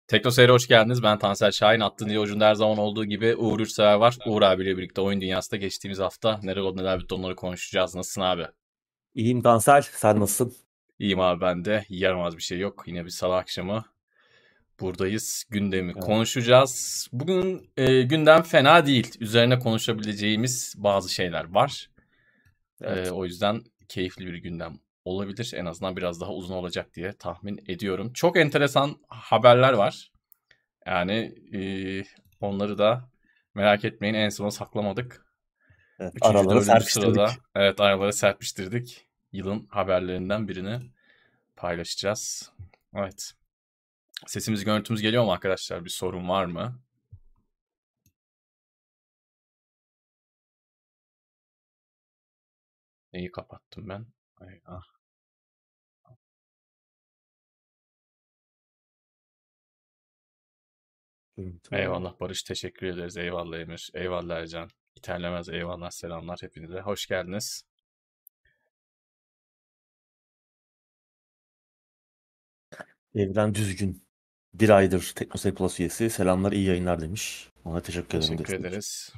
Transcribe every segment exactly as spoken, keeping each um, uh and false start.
Tekno Seyir'e hoş geldiniz. Ben Tansel Şahin. Attığın diye ucunda her zaman olduğu gibi Uğur Üçsever var. Uğur abiyle birlikte oyun dünyasında geçtiğimiz hafta neler oldu neler bitti onları konuşacağız. Nasılsın abi? İyiyim Tansel, sen nasılsın? İyiyim abi ben de. Yaramaz bir şey yok. Yine bir salı akşamı buradayız. Gündemi Evet, konuşacağız. Bugün e, gündem fena değil. Üzerine konuşabileceğimiz bazı şeyler var. E, evet. o yüzden keyifli bir gündem olabilir. En azından biraz daha uzun olacak diye tahmin ediyorum. Çok enteresan haberler var. Yani e, onları da merak etmeyin en sona saklamadık. Evet, Üçüncü, aralara dördüncü serpiştirdik. sırada evet aralara serpiştirdik. Yılın haberlerinden birini paylaşacağız. Evet. Sesimiz görüntümüz geliyor mu arkadaşlar? Bir sorun var mı? Neyi kapattım ben? Ay, ah. Görüntü var. Eyvallah Barış, teşekkür ederiz. Eyvallah Emir. Eyvallah Ercan. İterlemez eyvallah, selamlar hepinize. Hoş geldiniz. Evren Düzgün. Bir aydır TeknoSey Plus üyesi. Selamlar, iyi yayınlar demiş. Ona teşekkür ederim Teşekkür destek için. ederiz.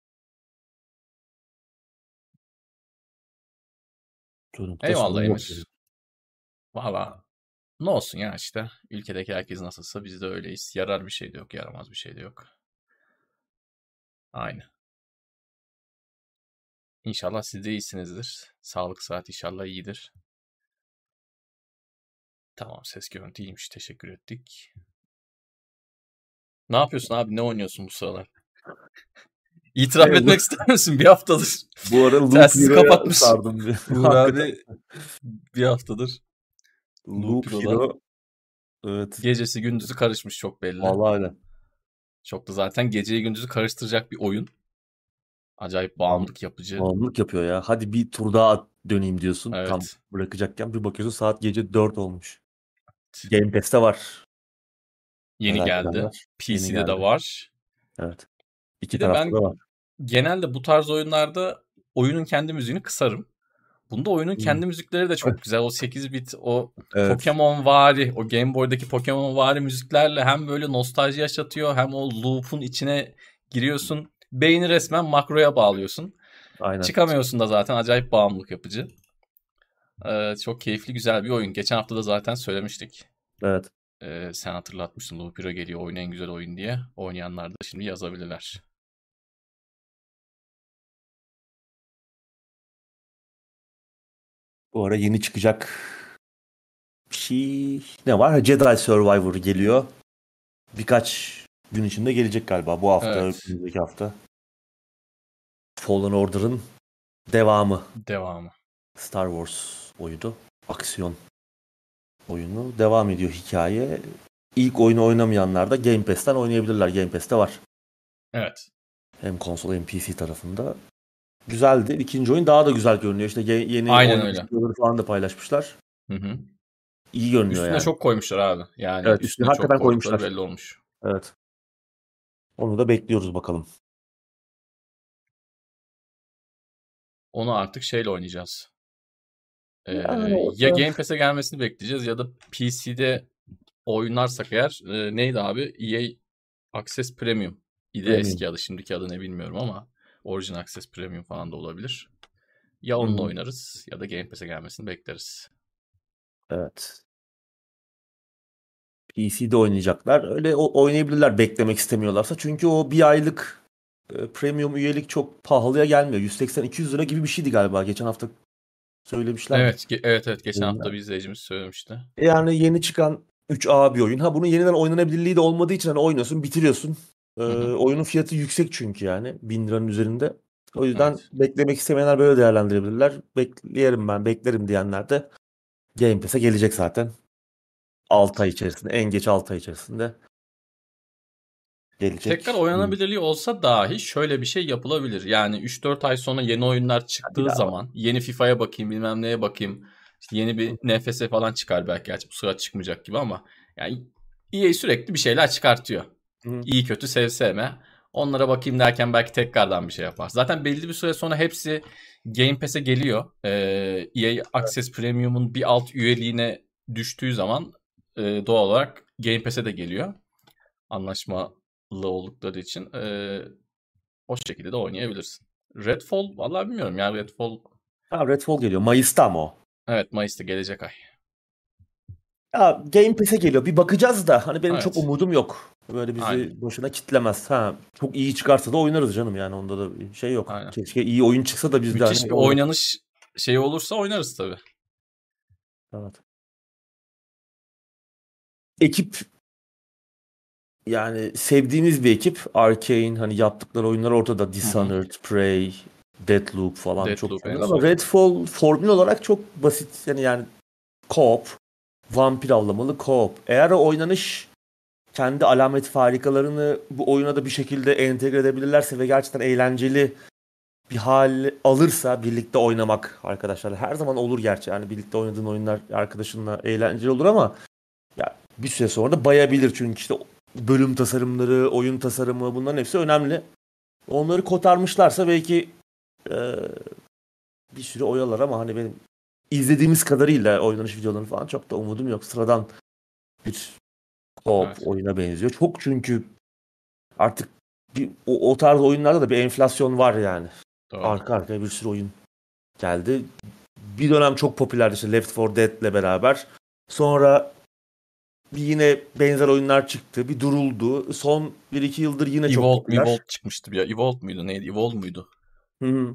Görüntüde Eyvallah sorun yok. Emir. Valla ne olsun ya işte. Ülkedeki herkes nasılsa biz de öyleyiz. Yarar bir şey de yok, yaramaz bir şey de yok. Aynı. İnşallah siz de iyisinizdir. Sağlık saat inşallah iyidir. Tamam, ses görüntü iyiymiş. Teşekkür ettik. Ne yapıyorsun abi? Ne oynuyorsun bu sıralar? İtiraf Evet, bu, etmek ister misin? Bir haftadır bu ara Loop telsizi Hero'ya kapatmış. sardım. bir- Uğur Hakikaten. abi bir haftadır Loop Lupiro'da. Hero. Evet. Gecesi gündüzü karışmış çok belli. Vallahi öyle. Çok da zaten geceyi gündüzü karıştıracak bir oyun. Acayip Bağım- bağımlılık yapıcı. Bağımlılık yapıyor ya. Hadi bir tur daha at- döneyim diyorsun. Tam Evet. bırakacakken bir bakıyorsun saat gece dört olmuş. Game Pass'te var. Yeni Merak geldi. edenler. Yeni P C'de de geldi. var. Evet. İki Bir de tarafta da ben var. genelde bu tarz oyunlarda oyunun kendi müziğini kısarım. Bunda oyunun Hmm. kendi müzikleri de çok güzel. O sekiz bit, o Evet. Pokemon vari, o Game Boy'daki Pokemon vari müziklerle hem böyle nostalji yaşatıyor hem o loop'un içine giriyorsun. Beyni resmen makroya bağlıyorsun. Aynen. Çıkamıyorsun da zaten, acayip bağımlılık yapıcı. Ee, çok keyifli, güzel bir oyun. Geçen hafta da zaten söylemiştik. Evet. Ee, sen hatırlatmıştın, Loop Hero geliyor, oyun en güzel oyun diye. Oynayanlar da şimdi yazabilirler. Bu ara yeni çıkacak bir şey ne var? Jedi Survivor geliyor. Birkaç gün içinde gelecek galiba. Bu hafta, Evet, önümüzdeki hafta. Fallen Order'ın devamı. devamı. Star Wars oyunu. Aksiyon oyunu. Devam ediyor hikaye. İlk oyunu oynamayanlar da Game Pass'ten oynayabilirler. Game Pass'te var. Evet. Hem konsol hem P C tarafında. Güzeldi. İkinci oyun daha da güzel görünüyor. İşte ye- yeni Aynen oynanış öyle. videoları falan da paylaşmışlar. Hı hı. İyi görünüyor Üstüne yani. çok koymuşlar abi. Yani Evet, üstüne üstüne çok hakikaten koydukları koymuşlar. belli olmuş. Evet. Onu da bekliyoruz bakalım. Onu artık şeyle oynayacağız. Ee, Yani ya orada Game Pass'e gelmesini bekleyeceğiz ya da P C'de oynarsak eğer e, neydi abi? E A Access Premium. İdi premium. eski adı, şimdiki adı ne bilmiyorum ama Origin Access Premium falan da olabilir. Ya Hı onunla hı. oynarız ya da Game Pass'e gelmesini bekleriz. Evet. P C'de oynayacaklar. Öyle o- oynayabilirler beklemek istemiyorlarsa. Çünkü o bir aylık e, premium üyelik çok pahalıya gelmiyor. yüz seksen iki yüz lira gibi bir şeydi galiba. Geçen hafta söylemişlerdi. Evet, ge- evet, evet. Geçen hafta Yayında. bir izleyicimiz söylemişti. Yani yeni çıkan üç A bir oyun. Ha bunun yeniden oynanabilirliği de olmadığı için hani oynuyorsun, bitiriyorsun. Ee, Hı hı. oyunun fiyatı yüksek çünkü yani. Bin liranın üzerinde. O yüzden Evet. beklemek istemeyenler böyle değerlendirebilirler. Bekleyelim ben, beklerim diyenler de Game Pass'e gelecek zaten. altı ay Evet. içerisinde, en geç altı ay içerisinde Tekrar gelecek. oynanabilirliği olsa dahi şöyle bir şey yapılabilir. Yani üç dört ay sonra yeni oyunlar Bir çıktığı daha. zaman yeni FIFA'ya bakayım, bilmem neye bakayım. İşte yeni bir N F S falan çıkar belki. Gerçi bu sıra çıkmayacak gibi ama yani E A sürekli bir şeyler çıkartıyor. Hı. İyi kötü sev sevme. Onlara bakayım derken belki tekrardan bir şey yapar. Zaten belli bir süre sonra hepsi Game Pass'e geliyor. Ee, E A Access Premium'un bir alt üyeliğine düştüğü zaman e, doğal olarak Game Pass'e de geliyor. anlaşmalı oldukları için e, o şekilde de oynayabilirsin. Redfall vallahi bilmiyorum ya, Redfall Ha, Redfall geliyor. Mayıs'ta ama o. evet Mayıs'ta gelecek ay. Ya Game Pass'e geliyor. Bir bakacağız da hani benim çok Evet. umudum yok. Böyle Aynen. bizi boşuna kitlemez. Ha, çok iyi çıkarsa da oynarız canım, yani onda da bir şey yok. Aynen. Keşke iyi oyun çıksa da biz de Müthiş hani bir oynarız. oynanış şeyi olursa oynarız tabii. Evet. Ekip, yani sevdiğimiz bir ekip. Arkane, hani yaptıkları oyunlar ortada. Hı hı. Dishonored, Prey, Deathloop falan çok Deathloop güzel en ama son. Redfall formül olarak çok basit. Yani yani co-op, vampir avlamalı co-op. Eğer o oynanış kendi alamet farikalarını bu oyuna da bir şekilde entegre edebilirlerse ve gerçekten eğlenceli bir hal alırsa, birlikte oynamak arkadaşlar her zaman olur gerçi. Yani birlikte oynadığın oyunlar arkadaşınla eğlenceli olur ama ya bir süre sonra da bayabilir, çünkü işte bölüm tasarımları, oyun tasarımı, bunların hepsi önemli. Onları kotarmışlarsa belki e, bir süre oyalar ama hani benim izlediğimiz kadarıyla oynanış videolarını falan çok da umudum yok. Sıradan bir co-op Evet. oyuna benziyor. Çok, çünkü artık bir, o, o tarz oyunlarda da bir enflasyon var yani. Doğru. Arka arkaya bir sürü oyun geldi. Bir dönem çok popülerdi işte Left four Dead'le beraber. Sonra bir yine benzer oyunlar çıktı. Bir duruldu. Son bir iki yıldır yine çok Evolve, popüler. Evolve çıkmıştı bir ya. Evolve muydu? Neydi? Evolve muydu? Hı hı.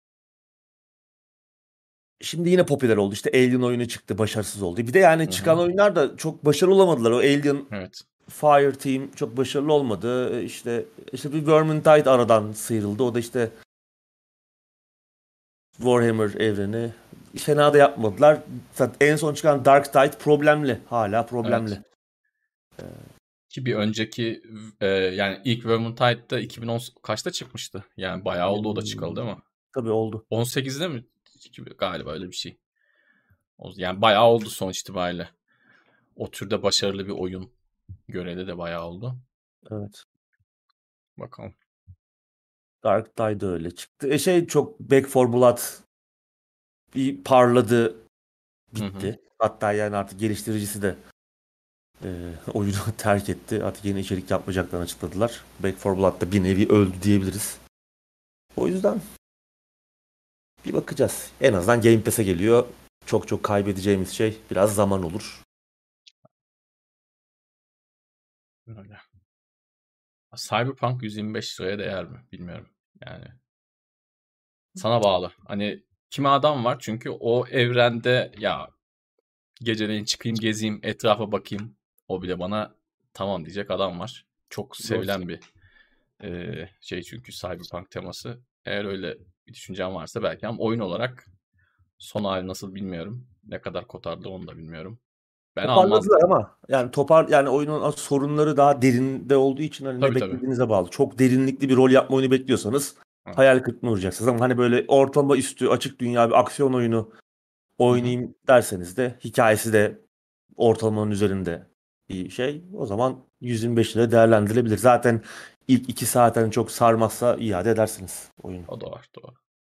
Şimdi yine popüler oldu. İşte Alien oyunu çıktı, başarısız oldu. Bir de yani Hı çıkan hı. oyunlar da çok başarılı olamadılar. O Alien Evet. Fireteam çok başarılı olmadı. İşte işte bir Vermintide aradan sıyrıldı. O da işte Warhammer evreni. Fena da yapmadılar. Zaten en son çıkan Dark Tide problemli. Hala Evet. problemli. Ki bir önceki e, yani ilk Vermintide'da iki bin on kaçta çıkmıştı? Yani bayağı oldu o da çıkalı değil mi? Tabii oldu. on sekizde mi? Galiba öyle bir şey. O- Yani bayağı oldu sonuç itibariyle. O türde başarılı bir oyun göreli de bayağı oldu. Evet. Bakalım. Dark Tide öyle çıktı. E şey, çok Back four Blood bir parladı, Hı hı. bitti. Hatta yani artık geliştiricisi de e, oyunu terk etti. Artık yeni içerik yapmayacaklarını açıkladılar. Back four Blood da bir nevi öldü diyebiliriz. O yüzden bir bakacağız. En azından Game Pass'e geliyor. Çok çok kaybedeceğimiz şey biraz zaman olur. Öyle. Cyberpunk yüz yirmi beş liraya değer mi? Bilmiyorum. Yani sana bağlı. Hani kimi adam var çünkü o evrende ya geceleyin çıkayım gezeyim etrafa bakayım. O bile bana tamam diyecek adam var. Çok Doğru. sevilen bir e, şey çünkü Cyberpunk teması. Eğer öyle bir düşüncen varsa belki ama oyun olarak son hali nasıl bilmiyorum. Ne kadar kotardı onu da bilmiyorum. Ben almazdım. Toparladılar ama yani topar yani oyunun sorunları daha derinde olduğu için hani ne Tabii tabii. beklediğinize bağlı. Çok derinlikli bir rol yapma oyunu bekliyorsanız Evet. hayal kırıklığına uğrayacaksınız, ama hani böyle ortalama üstü açık dünya bir aksiyon oyunu Hı hı. oynayayım derseniz de, hikayesi de ortalamanın üzerinde bir şey, o zaman yüz yirmi beş lira değerlendirilebilir. Zaten ilk iki saatten çok sarmazsa iade edersiniz oyunu. O da var doğru.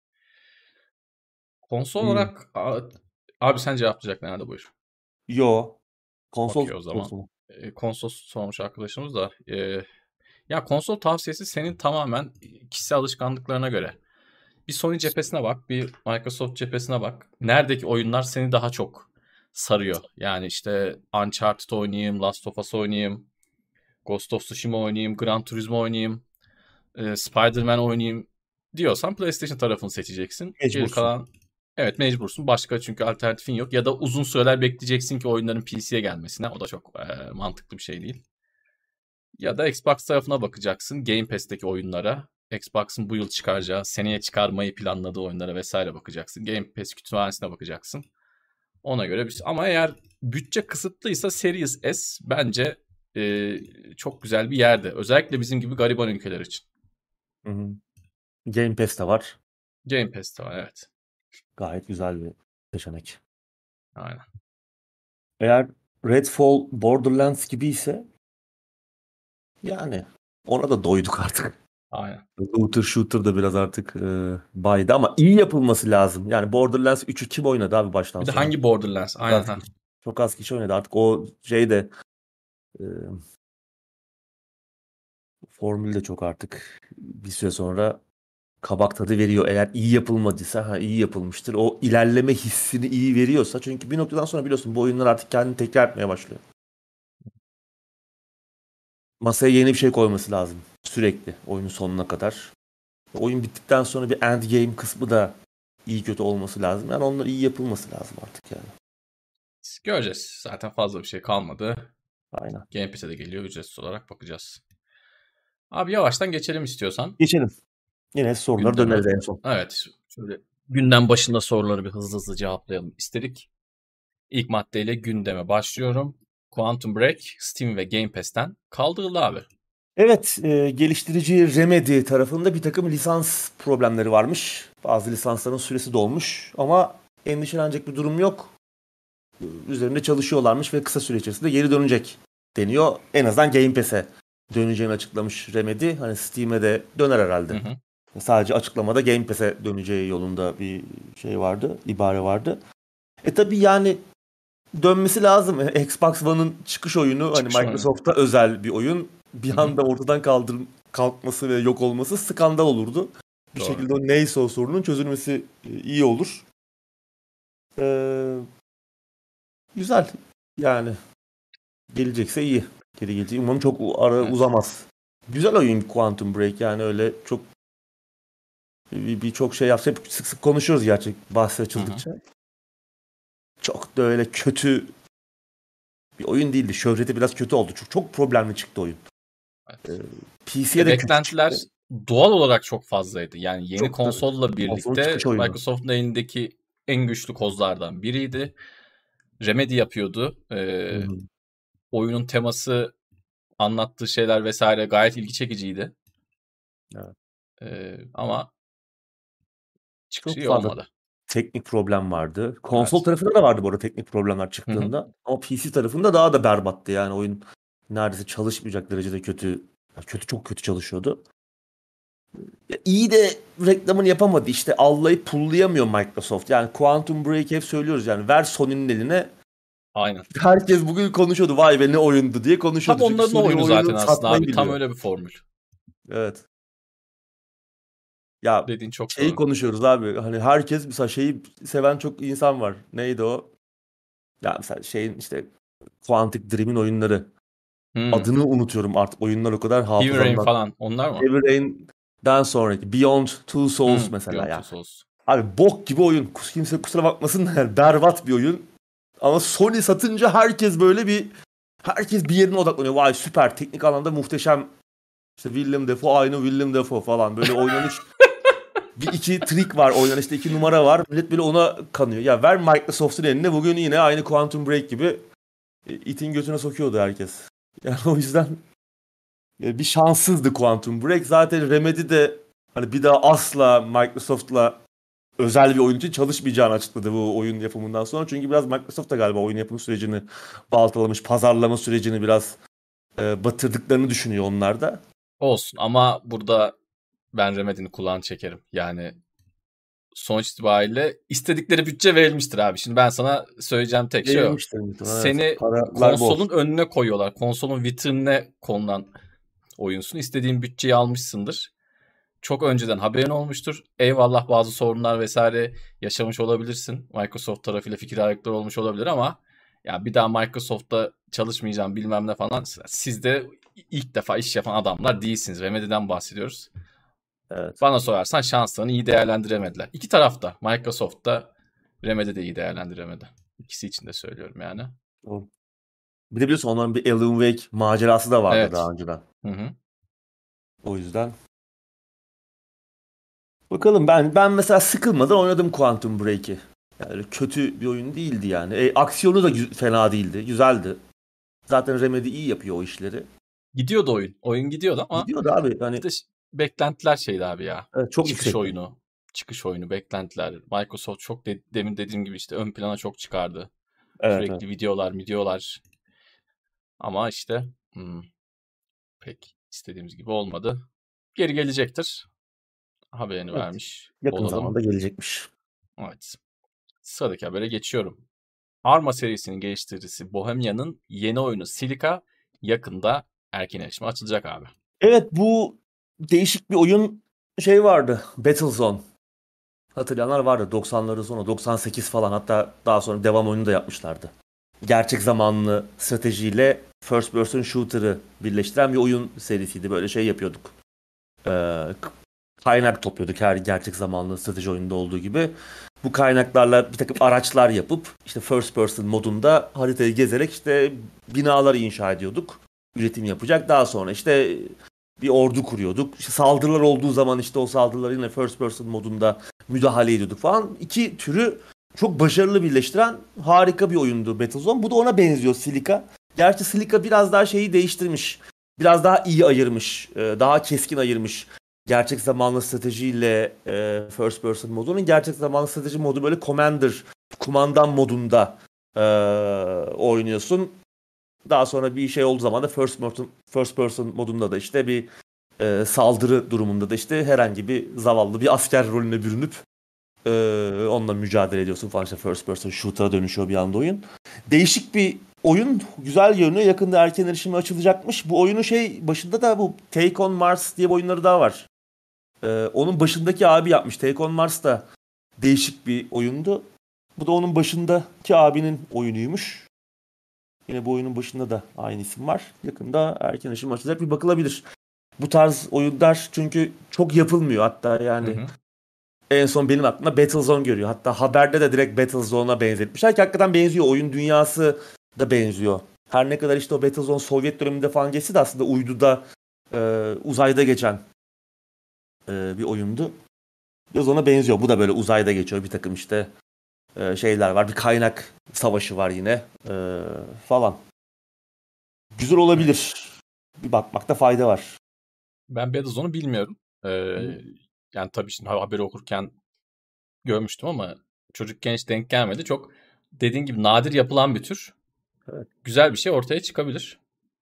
Konsol Hmm. olarak a- abi sen cevaplayacaksın herhalde buyur. Yo. Konsol Okey o zaman. sorusu mu? E, konsol sormuş arkadaşımız da. E, ya konsol tavsiyesi senin tamamen kişisel alışkanlıklarına göre. Bir Sony cephesine bak, bir Microsoft cephesine bak. Neredeki oyunlar seni daha çok sarıyor? Yani işte Uncharted oynayayım, Last of Us oynayayım, Ghost of Tsushima oynayayım, Gran Turismo oynayayım, e, Spider-Man oynayayım diyorsan PlayStation tarafını seçeceksin. Geri Mecbursun. kalan evet mecbursun. Başka çünkü alternatifin yok. Ya da uzun süreler bekleyeceksin ki oyunların P C'ye gelmesine. O da çok e, mantıklı bir şey değil. Ya da Xbox tarafına bakacaksın. Game Pass'teki oyunlara. Xbox'ın bu yıl çıkaracağı, seneye çıkarmayı planladığı oyunlara vesaire bakacaksın. Game Pass kütüphanesine bakacaksın. Ona göre bir ama eğer bütçe kısıtlıysa Series S bence e, çok güzel bir yerde. Özellikle bizim gibi gariban ülkeler için. Hı hı. Game Pass de var. Game Pass'te var evet. Gayet güzel bir seçenek. Aynen. Eğer Redfall Borderlands gibi ise yani ona da doyduk artık. Aynen. Looter shooter da biraz artık e, baydı ama iyi yapılması lazım. Yani Borderlands üçü kim oynadı abi baştan Bir de sona? hangi Borderlands? Çok Aynen az ha. kişi, çok az kişi oynadı. Artık o şey de e, Formül de çok artık bir süre sonra kabak tadı veriyor. Eğer iyi yapılmadıysa, ha iyi yapılmıştır. O ilerleme hissini iyi veriyorsa. Çünkü bir noktadan sonra biliyorsun bu oyunlar artık kendini tekrar etmeye başlıyor. Masaya yeni bir şey koyması lazım. Sürekli oyunun sonuna kadar. Oyun bittikten sonra bir end game kısmı da iyi kötü olması lazım. Yani onlar iyi yapılması lazım artık yani. Göreceğiz. Zaten fazla bir şey kalmadı. Aynen. Game Pass'e de geliyor. Ücretsiz olarak bakacağız. Abi yavaştan geçelim istiyorsan. Geçelim. Yine soruları Gündeme. döneriz en son. Evet. Şöyle gündem başında soruları bir hızlı hızlı cevaplayalım istedik. İlk maddeyle gündeme başlıyorum. Quantum Break, Steam ve Game Pass'ten kaldırıldı abi. Evet, e, geliştirici Remedy tarafında bir takım lisans problemleri varmış. Bazı lisansların süresi dolmuş ama endişelenecek bir durum yok. Üzerinde çalışıyorlarmış ve kısa süre içerisinde geri dönecek deniyor. En azından Game Pass'e döneceğini açıklamış Remedy. Hani Steam'e de döner herhalde. Hı hı. Sadece açıklamada Game Pass'e döneceği yolunda bir şey vardı, ibare vardı. E tabii yani dönmesi lazım. Xbox One'ın çıkış oyunu Çıkış hani oyunu. Microsoft'a özel bir oyun. Bir Hı hı. anda ortadan kaldır kalkması ve yok olması skandal olurdu. Bir Doğru. şekilde o neyse o sorunun çözülmesi e, iyi olur. Ee, güzel. Yani gelecekse iyi. Geri gelecek. Umarım çok u- ara Evet. uzamaz. Güzel oyun Quantum Break yani öyle çok bir, bir çok şey yapsa hep sık sık konuşuyoruz gerçek bahsi açıldıkça. Çok da öyle kötü bir oyun değildi. Şöhreti biraz kötü oldu. Çok çok problemli çıktı oyun. Evet. Ee, P C'ye de kötü Beklentiler çıktı. doğal olarak çok fazlaydı. Yani yeni Çok tabii. konsolla Konsolun birlikte çıkış oyunu. Microsoft'un elindeki en güçlü kozlardan biriydi. Remedy yapıyordu. Ee, Hı hı. oyunun teması, anlattığı şeyler vesaire gayet ilgi çekiciydi. Evet. Ee, ama çıkışı Çok iyi fazla olmadı. teknik problem vardı. Konsol Evet. tarafında da vardı bu arada teknik problemler Hı hı. çıktığında. Ama P C tarafında daha da berbattı. Yani oyun neredeyse çalışmayacak derecede kötü. Kötü çok kötü çalışıyordu. Ya İyi de reklamını yapamadı. İşte allayı pullayamıyor Microsoft. Yani Quantum Break hep söylüyoruz yani ver Sony'nin eline. Aynen. Herkes bugün konuşuyordu. Vay be ne oyundu diye Tam konuşuyordu. Çünkü onların Sony oyunu zaten oyunu aslında satmayı abi. Tam biliyor. öyle bir formül. Evet. Ya Dediğin çok şeyi doğru. konuşuyoruz abi. Hani herkes mesela şeyi seven çok insan var. Neydi o? Ya mesela şeyin işte Quantic Dream'in oyunları. Hmm. Adını unutuyorum artık. Oyunlar o kadar Heavy Rain hafızamdan. falan. Onlar mı? Heavy Rain'den sonraki Beyond Two Souls Hmm. mesela Beyond ya. Two Souls. Abi bok gibi oyun. Kus- Kimse kusura bakmasın da yani berbat bir oyun. Ama Sony satınca herkes böyle bir herkes bir yerine odaklanıyor. Vay süper teknik anlamda muhteşem. İşte Willem Dafoe aynı Willem Dafoe falan. Böyle oynanış bir iki trik var. Oynanışta iki numara var. Millet böyle ona kanıyor. Ya ver Microsoft'un eline bugün yine aynı Quantum Break gibi e, itin götüne sokuyordu herkes. Yani o yüzden e, bir şanssızdı Quantum Break. Zaten Remedy de hani bir daha asla Microsoft'la özel bir oyun için çalışmayacağını açıkladı bu oyun yapımından sonra. Çünkü biraz Microsoft da galiba oyun yapım sürecini baltalamış, pazarlama sürecini biraz e, batırdıklarını düşünüyor onlar da. Olsun ama burada ben Remedy'nin kulağını çekerim. Yani sonuç itibariyle istedikleri bütçe verilmiştir abi. Şimdi ben sana söyleyeceğim tek şey o. Verilmiştir muhtemelen evet. Seni Paralar bol. konsolun önüne koyuyorlar. Konsolun vitrinine konulan oyunsun. İstediğin bütçeyi almışsındır. Çok önceden haberin olmuştur. Eyvallah bazı sorunlar vesaire yaşamış olabilirsin. Microsoft tarafıyla fikir ayrılıkları olmuş olabilir ama ya bir daha Microsoft'ta çalışmayacağım bilmem ne falan. Siz de ilk defa iş yapan adamlar değilsiniz. Remedy'den bahsediyoruz. Evet. Bana sorarsan şanslarını iyi değerlendiremediler. İki tarafta. Microsoft da Remedy de iyi değerlendiremedi. İkisi için de söylüyorum yani. Doğru. Bir de biliyorsun onların bir Alan Wake macerası da vardı Evet. daha önceden. Hı hı. O yüzden. Bakalım ben ben mesela sıkılmadan oynadım Quantum Break'i. Yani öyle kötü bir oyun değildi yani. E, aksiyonu da gü- fena değildi. Güzeldi. Zaten Remedy iyi yapıyor o işleri. Gidiyordu oyun. Oyun gidiyordu ama Gidiyordu abi. Hani işte beklentiler şeydi abi ya. evet, çok Çıkış yüksekti. oyunu. Çıkış oyunu, beklentiler. Microsoft çok de- demin dediğim gibi işte ön plana çok çıkardı. Evet, evet. Sürekli videolar, videolar. Ama işte hmm, pek istediğimiz gibi olmadı. Geri gelecektir. Haberini Evet. vermiş Yakın olalım. zamanda gelecekmiş. Evet. Sıradaki habere geçiyorum. Arma serisinin geliştiricisi Bohemian'ın yeni oyunu Silica yakında erken erişime açılacak abi. Evet, bu değişik bir oyun şey vardı. Battlezone. Hatırlayanlar vardı. doksanların sonu, doksan sekiz falan, hatta daha sonra devam oyunu da yapmışlardı. Gerçek zamanlı stratejiyle first person shooter'ı birleştiren bir oyun serisiydi. Böyle şey yapıyorduk. Ee, kaynak topluyorduk her gerçek zamanlı strateji oyununda olduğu gibi. Bu kaynaklarla bir takım araçlar yapıp işte first person modunda haritayı gezerek işte binalar inşa ediyorduk. Üretim yapacak. Daha sonra işte bir ordu kuruyorduk. İşte saldırılar olduğu zaman işte o saldırıları yine first person modunda müdahale ediyorduk falan. İki türü çok başarılı birleştiren harika bir oyundu Battlezone. Bu da ona benziyor, Silica. Gerçi Silica biraz daha şeyi değiştirmiş. Biraz daha iyi ayırmış. Daha keskin ayırmış. Gerçek zamanlı stratejiyle e, first person modunun, gerçek zamanlı strateji modu böyle commander, kumandan modunda e, oynuyorsun. Daha sonra bir şey olduğu zaman da first person, first person modunda da işte bir e, saldırı durumunda da işte herhangi bir zavallı bir asker rolüne bürünüp e, onunla mücadele ediyorsun falan, işte first person shooter'a dönüşüyor bir anda oyun. Değişik bir oyun, güzel görünüyor. Yakında erken erişime açılacakmış. Bu oyunu şey başında da bu Take on Mars diye bir oyunları daha var. Ee, onun başındaki abi yapmış. Take on Mars da değişik bir oyundu. Bu da onun başındaki abinin oyunuymuş. Yine bu oyunun başında da aynı isim var. Yakında erken erişim açılacak, bir bakılabilir. Bu tarz oyunlar çünkü çok yapılmıyor. Hatta Hı yani hı. en son benim aklımda Battlezone görüyor. Hatta haberde de direkt Battlezone'a benzetmişler ki hakikaten benziyor. Oyun dünyası da benziyor. Her ne kadar işte o Battlezone Sovyet döneminde falan geçse de aslında uyduda, e, uzayda geçen e, bir oyundu. Biraz ona benziyor. Bu da böyle uzayda geçiyor. Bir takım işte e, şeyler var. Bir kaynak savaşı var yine e, falan. Güzel olabilir. Bir bakmakta fayda var. Ben Battlezone bilmiyorum. Ee, Hı. yani tabii şimdi haberi okurken görmüştüm ama çocukken hiç denk gelmedi. Çok dediğin gibi nadir yapılan bir tür. Evet. Güzel bir şey ortaya çıkabilir.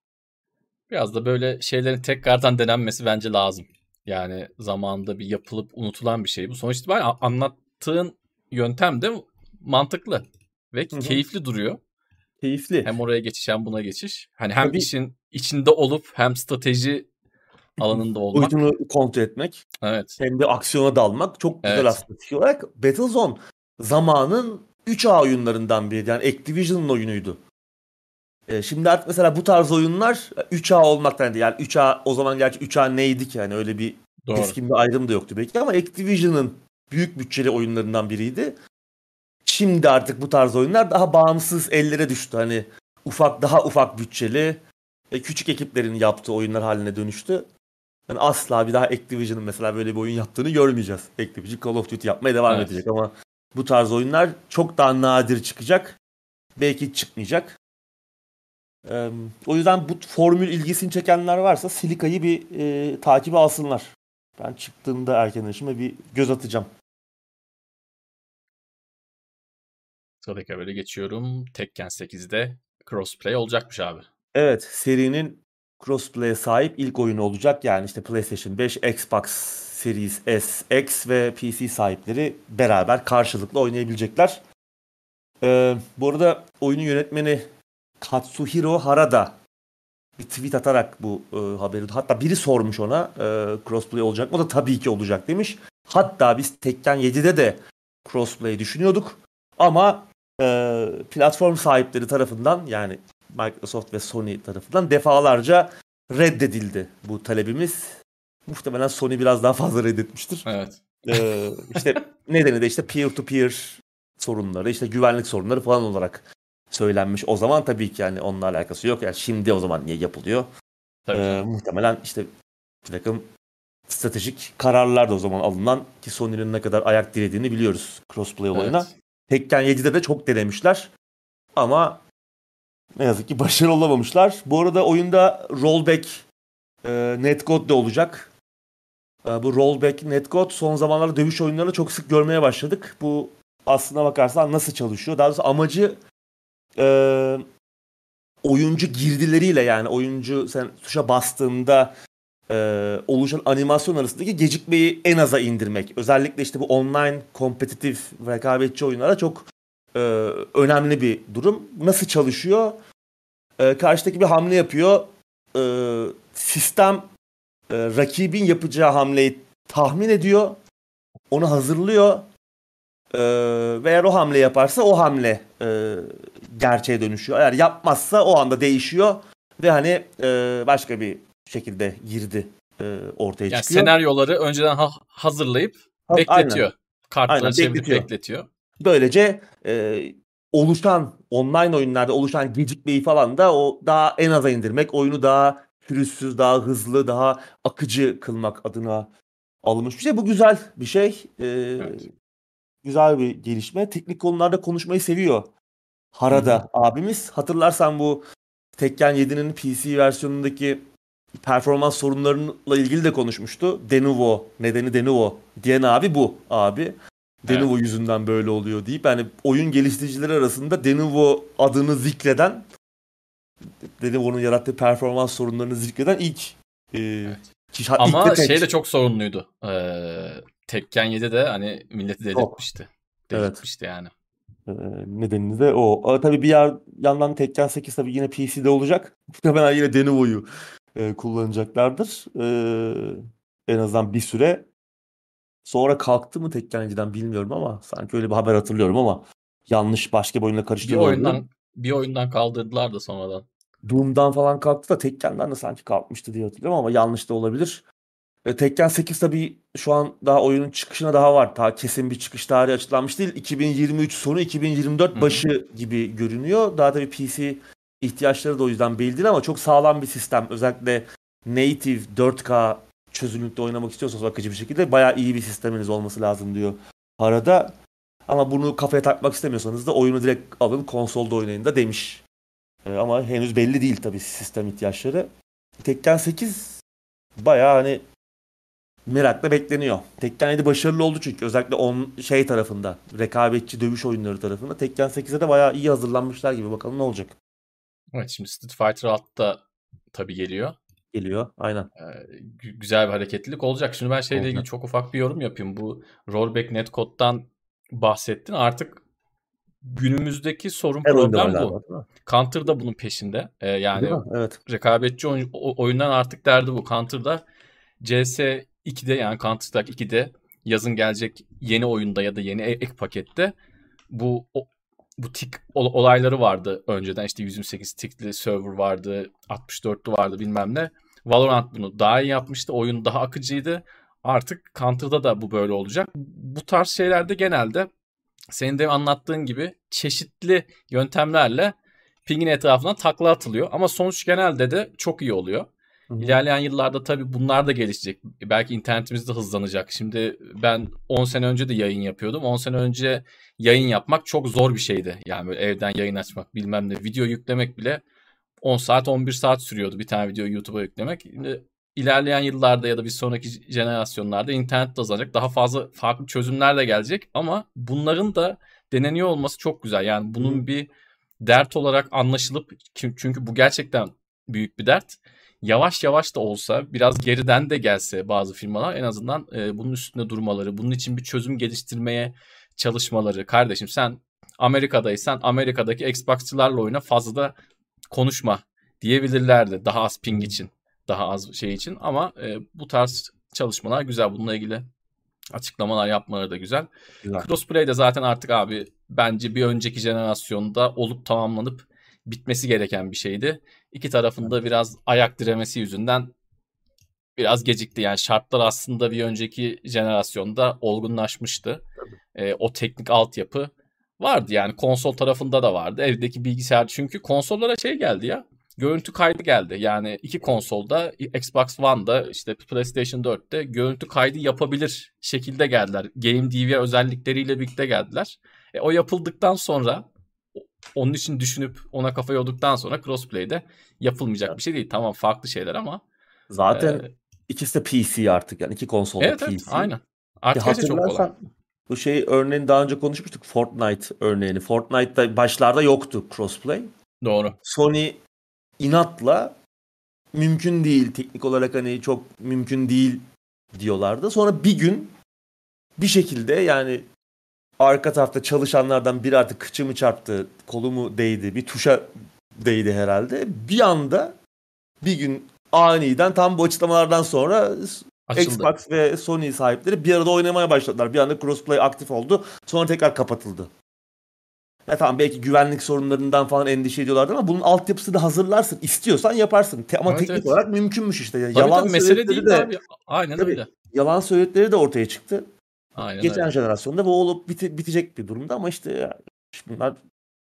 Biraz da böyle şeylerin tekrardan denenmesi bence lazım. Yani zamanında bir yapılıp unutulan bir şey. Bu sonuçta ben anlattığın yöntem de mantıklı ve Hı hı. keyifli duruyor. Keyifli. Hem oraya geçiş hem buna geçiş. Hani hem Tabii işin içinde olup hem strateji alanında olmak. boyutunu kontrol etmek Evet. hem de aksiyona dalmak çok güzel Evet. aslında. Fikir olarak Battlezone zamanın üç A oyunlarından biriydi. Yani Activision'ın oyunuydu. E, şimdi artık mesela bu tarz oyunlar üç A olmaktan değil. Yani üç A, o zaman gerçi üç A neydi ki? Yani öyle bir Doğru. keskin bir ayrım da yoktu belki ama Activision'ın büyük bütçeli oyunlarından biriydi. Şimdi artık bu tarz oyunlar daha bağımsız ellere düştü. Hani ufak, daha ufak bütçeli, e, küçük ekiplerin yaptığı oyunlar haline dönüştü. Yani asla bir daha Activision'ın mesela böyle bir oyun yaptığını görmeyeceğiz. Activision Call of Duty yapmaya devam Evet. edecek ama bu tarz oyunlar çok daha nadir çıkacak. Belki hiç çıkmayacak. Ee, o yüzden bu formül ilgisini çekenler varsa Silica'yı bir e, takibe alsınlar. Ben çıktığında erken erişime bir göz atacağım. Sıradaki habere geçiyorum. Tekken sekizde crossplay olacakmış abi. Evet, serinin crossplay'e sahip ilk oyunu olacak. Yani işte PlayStation beş, Xbox Series S, X ve P C sahipleri beraber karşılıklı oynayabilecekler. Ee, bu arada oyunun yönetmeni Katsuhiro Harada bir tweet atarak bu e, haberi, hatta biri sormuş ona e, crossplay olacak mı? O da tabii ki olacak demiş. Hatta biz Tekken yedide de crossplay düşünüyorduk ama e, platform sahipleri tarafından, yani Microsoft ve Sony tarafından defalarca reddedildi bu talebimiz. Muhtemelen Sony biraz daha fazla reddetmiştir. Evet. E, işte nedeni de işte peer-to-peer sorunları, işte güvenlik sorunları falan olarak söylenmiş. O zaman tabii ki yani onunla alakası yok. Yani şimdi o zaman niye yapılıyor? Tabii Ee, canım. muhtemelen işte bir takım stratejik kararlar da o zaman alınan, ki Sony'nin ne kadar ayak dirediğini biliyoruz crossplay olayına. Evet. Tekken yedide de çok denemişler ama ne yazık ki başarılı olamamışlar. Bu arada oyunda rollback e, netcode de olacak. E, bu rollback netcode son zamanlarda dövüş oyunlarında çok sık görmeye başladık. Bu aslına bakarsan nasıl çalışıyor? Daha doğrusu amacı e, oyuncu girdileriyle, yani oyuncu sen tuşa bastığında e, oluşan animasyon arasındaki gecikmeyi en aza indirmek. Özellikle işte bu online kompetitif rekabetçi oyunlara çok e, önemli bir durum. Nasıl çalışıyor? E, karşıdaki bir hamle yapıyor. E, sistem e, rakibin yapacağı hamleyi tahmin ediyor. Onu hazırlıyor. E, ve eğer o hamle yaparsa o hamle e, gerçeğe dönüşüyor. Eğer yapmazsa o anda değişiyor. Ve hani e, başka bir şekilde girdi e, ortaya Yani çıkıyor. senaryoları önceden ha- hazırlayıp Ha, bekletiyor. aynen. Kartları Aynen, çevirip bekletiyor. bekletiyor. Böylece e, oluşan online oyunlarda oluşan gecikmeyi falan da o daha en aza indirmek, oyunu daha pürüzsüz, daha hızlı, daha akıcı kılmak adına alınmış bir şey. Bu güzel bir şey. E, Evet. güzel bir gelişme. Teknik konularda konuşmayı seviyor Hı hı. Harada abimiz. Hatırlarsan bu Tekken yedinin P C versiyonundaki performans sorunlarıyla ilgili de konuşmuştu. Denuvo, nedeni Denuvo diyen abi bu abi. Denuvo Evet. yüzünden böyle oluyor deyip yani oyun geliştiricileri arasında Denuvo adını zikreden, Denuvo'nun yarattığı performans sorunlarını zikreden ilk e, Evet. kişi, ilk ve Ama şey de tek. çok sorunluydu. Ee, Tekken yedi de hani milleti Çok. delirtmişti. Evet. Delirtmişti yani. E, nedeni de o. Ama tabii bir yer, yandan Tekken sekiz tabii yine P C'de olacak. Muhtemelen yine Denuvo'yu e, kullanacaklardır. E, en azından bir süre. Sonra kalktı mı Tekkenci'den bilmiyorum ama sanki öyle bir haber hatırlıyorum ama yanlış başka bir oyunla Bir karıştırıyor olabilirim. oyundan bir oyundan kaldırdılar da sonradan. Doom'dan falan kalktı da Tekken'den de sanki kalkmıştı diye hatırlıyorum ama yanlış da olabilir. E, Tekken sekiz tabii şu an daha oyunun çıkışına daha var. Daha kesin bir çıkış tarihi açıklanmış değil. iki bin yirmi üç sonu iki bin yirmi dört Hı hı. başı gibi görünüyor. Daha tabii P C ihtiyaçları da o yüzden belli değil ama çok sağlam bir sistem. Özellikle native dört K çözünürlükte oynamak istiyorsanız akıcı bir şekilde bayağı iyi bir sisteminiz olması lazım diyor arada. Ama bunu kafaya takmak istemiyorsanız da oyunu direkt alın konsolda oynayın da demiş. E, ama henüz belli değil tabii sistem ihtiyaçları. Tekken sekiz bayağı hani merakla bekleniyor. Tekken yedi başarılı oldu çünkü özellikle on şey tarafında, rekabetçi dövüş oyunları tarafında. Tekken sekize de bayağı iyi hazırlanmışlar gibi. Bakalım ne olacak. Evet, şimdi Street Fighter altı da tabii geliyor. Geliyor. Aynen. Ee, gü- güzel bir hareketlilik olacak. Şimdi ben şeyle ilgili Olacak. çok ufak bir yorum yapayım. Bu Rollback Netcode'dan bahsettin. Artık günümüzdeki sorun Her oyunda var problem bu. galiba, değil mi? Counter da bunun peşinde. Ee, Değil yani mi? Evet. rekabetçi oyun, o- oyundan artık derdi bu. Counter'da C S ikide yani Counter Strike ikide yazın gelecek yeni oyunda ya da yeni e- ek pakette bu o, bu tik ol- olayları vardı önceden. İşte yüz yirmi sekiz tikli server vardı, altmış dörtlü vardı bilmem ne. Valorant bunu daha iyi yapmıştı. Oyun daha akıcıydı. Artık Counter'da da bu böyle olacak. Bu tarz şeylerde genelde senin de anlattığın gibi çeşitli yöntemlerle pingin etrafına takla atılıyor. Ama sonuç genelde de çok iyi oluyor. Hı hı. İlerleyen yıllarda tabii bunlar da gelişecek. Belki internetimiz de hızlanacak. Şimdi ben on sene önce de yayın yapıyordum. on sene önce yayın yapmak çok zor bir şeydi. Yani böyle evden yayın açmak bilmem ne. Video yüklemek bile on saat on bir saat sürüyordu bir tane videoyu YouTube'a yüklemek. Şimdi ilerleyen yıllarda ya da bir sonraki jenerasyonlarda internet de azalacak. Daha fazla farklı çözümler de gelecek ama bunların da deneniyor olması çok güzel. Yani Hı hı. bunun bir dert olarak anlaşılıp çünkü bu gerçekten büyük bir dert. Yavaş yavaş da olsa biraz geriden de gelse bazı firmalar en azından e, bunun üstünde durmaları, bunun için bir çözüm geliştirmeye çalışmaları. Kardeşim sen Amerika'daysan Amerika'daki Xbox'çılarla oyna fazla da konuşma diyebilirlerdi daha az ping için, daha az şey için ama e, bu tarz çalışmalar güzel. Bununla ilgili açıklamalar yapmaları da güzel. Güzel. Crossplay de zaten artık abi bence bir önceki jenerasyonda olup tamamlanıp bitmesi gereken bir şeydi. İki tarafında biraz ayak diremesi yüzünden biraz gecikti. Yani şartlar aslında bir önceki jenerasyonda olgunlaşmıştı. Tabii. E, o teknik altyapı vardı yani konsol tarafında da vardı. Evdeki bilgisayar çünkü konsollara şey geldi ya. Görüntü kaydı geldi. Yani iki konsolda Xbox One'da işte PlayStation dörtte görüntü kaydı yapabilir şekilde geldiler. Game D V R özellikleriyle birlikte geldiler. E, o yapıldıktan sonra onun için düşünüp ona kafa yorduktan sonra crossplay'de yapılmayacak bir şey değil. Tamam farklı şeyler ama e, Zaten ikisi de P C artık yani iki konsolda evet evet P C. aynen. Ki Artık her şey çok kolay. hatırlarsan bu şey örneğini daha önce konuşmuştuk. Fortnite örneğini. Fortnite'da başlarda yoktu crossplay. Doğru. Sony inatla mümkün değil teknik olarak hani çok mümkün değil diyorlardı. Sonra bir gün bir şekilde yani arka tarafta çalışanlardan biri artık kıçımı çarptı, kolumu değdi, bir tuşa değdi herhalde. Bir anda bir gün aniden tam bu açıklamalardan sonra Açıldı. Xbox ve Sony sahipleri bir arada oynamaya başladılar. Bir anda crossplay aktif oldu. Sonra tekrar kapatıldı. Ya tamam belki güvenlik sorunlarından falan endişe ediyorlardı ama bunun altyapısını hazırlarsın. İstiyorsan yaparsın. Te- ama Evet, teknik evet. olarak mümkünmüş işte. Tabii Yalan tabii mesele söyledikleri değil de abi. Aynen tabii, öyle. yalan söyledikleri de ortaya çıktı. Aynen Geçen öyle. jenerasyonda bu olup biti- bitecek bir durumda ama işte ya, bunlar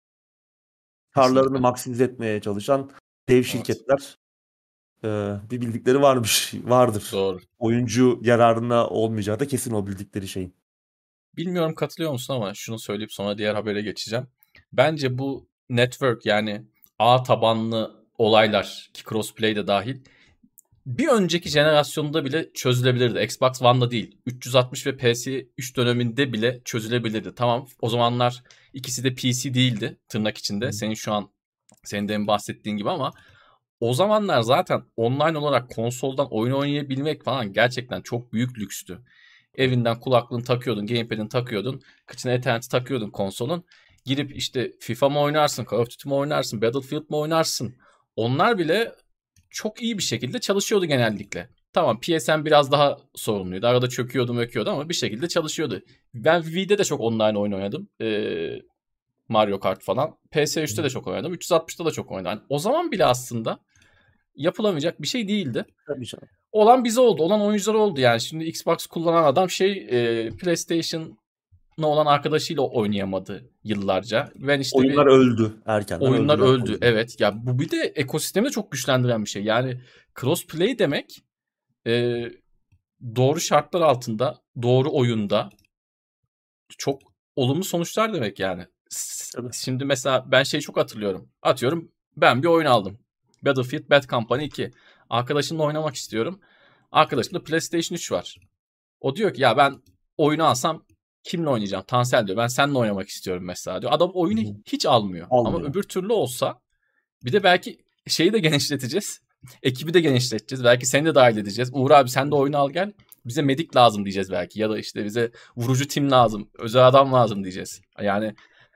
karlarını Kesinlikle. maksimize etmeye çalışan dev Evet. şirketler e, bir bildikleri varmış, vardır. Doğru. Oyuncu yararına olmayacağı da kesin o bildikleri şeyin. Bilmiyorum katılıyor musun ama şunu söyleyip sonra diğer habere geçeceğim. Bence bu network yani ağ tabanlı olaylar ki crossplay de dahil bir önceki jenerasyonda bile çözülebilirdi. Xbox One'da değil. üç yüz altmış ve P S üç döneminde bile çözülebilirdi. Tamam o zamanlar ikisi de P C değildi tırnak içinde. Hı. Senin şu an senin demin bahsettiğin gibi ama o zamanlar zaten online olarak konsoldan oyun oynayabilmek falan gerçekten çok büyük lükstü. Evinden kulaklığını takıyordun, gamepad'ini takıyordun, kıçına Ethernet'i takıyordun konsolun. Girip işte FIFA mı oynarsın, Call of Duty mi oynarsın, Battlefield mi oynarsın? Onlar bile çok iyi bir şekilde çalışıyordu genellikle. Tamam P S N biraz daha sorunluydu. Arada çöküyordu möküyordu ama bir şekilde çalışıyordu. Ben Wii'de de çok online oyun oynadım. Ee, Mario Kart falan. P S üçte de çok oynadım. üç yüz altmışta da çok oynadım. Yani o zaman bile aslında yapılamayacak bir şey değildi. Tabii canım. Olan bize oldu. Olan oyuncular oldu yani. Şimdi Xbox kullanan adam şey e, PlayStation'la olan arkadaşıyla oynayamadı yıllarca. Ben işte Oyunlar bir öldü. Erkenden oyunlar öldüler. öldü. Evet. Ya bu bir de ekosistemi de çok güçlendiren bir şey. Yani crossplay demek e, doğru şartlar altında, doğru oyunda çok olumlu sonuçlar demek yani. Tabii. Şimdi mesela ben şeyi çok hatırlıyorum. Atıyorum ben bir oyun aldım. Battlefield Bad Company iki. Arkadaşımla oynamak istiyorum. Arkadaşımda PlayStation üç var. O diyor ki ya ben oyunu alsam kimle oynayacağım? Tansel diyor. Ben seninle oynamak istiyorum mesela diyor. Adam oyunu Hı-hı. hiç almıyor. Almıyor. Ama öbür türlü olsa bir de belki şeyi de genişleteceğiz. Ekibi de genişleteceğiz. Belki seni de dahil edeceğiz. Uğur abi sen de oyunu al gel. Bize medik lazım diyeceğiz belki. Ya da işte bize vurucu tim lazım. Özel adam lazım diyeceğiz. Yani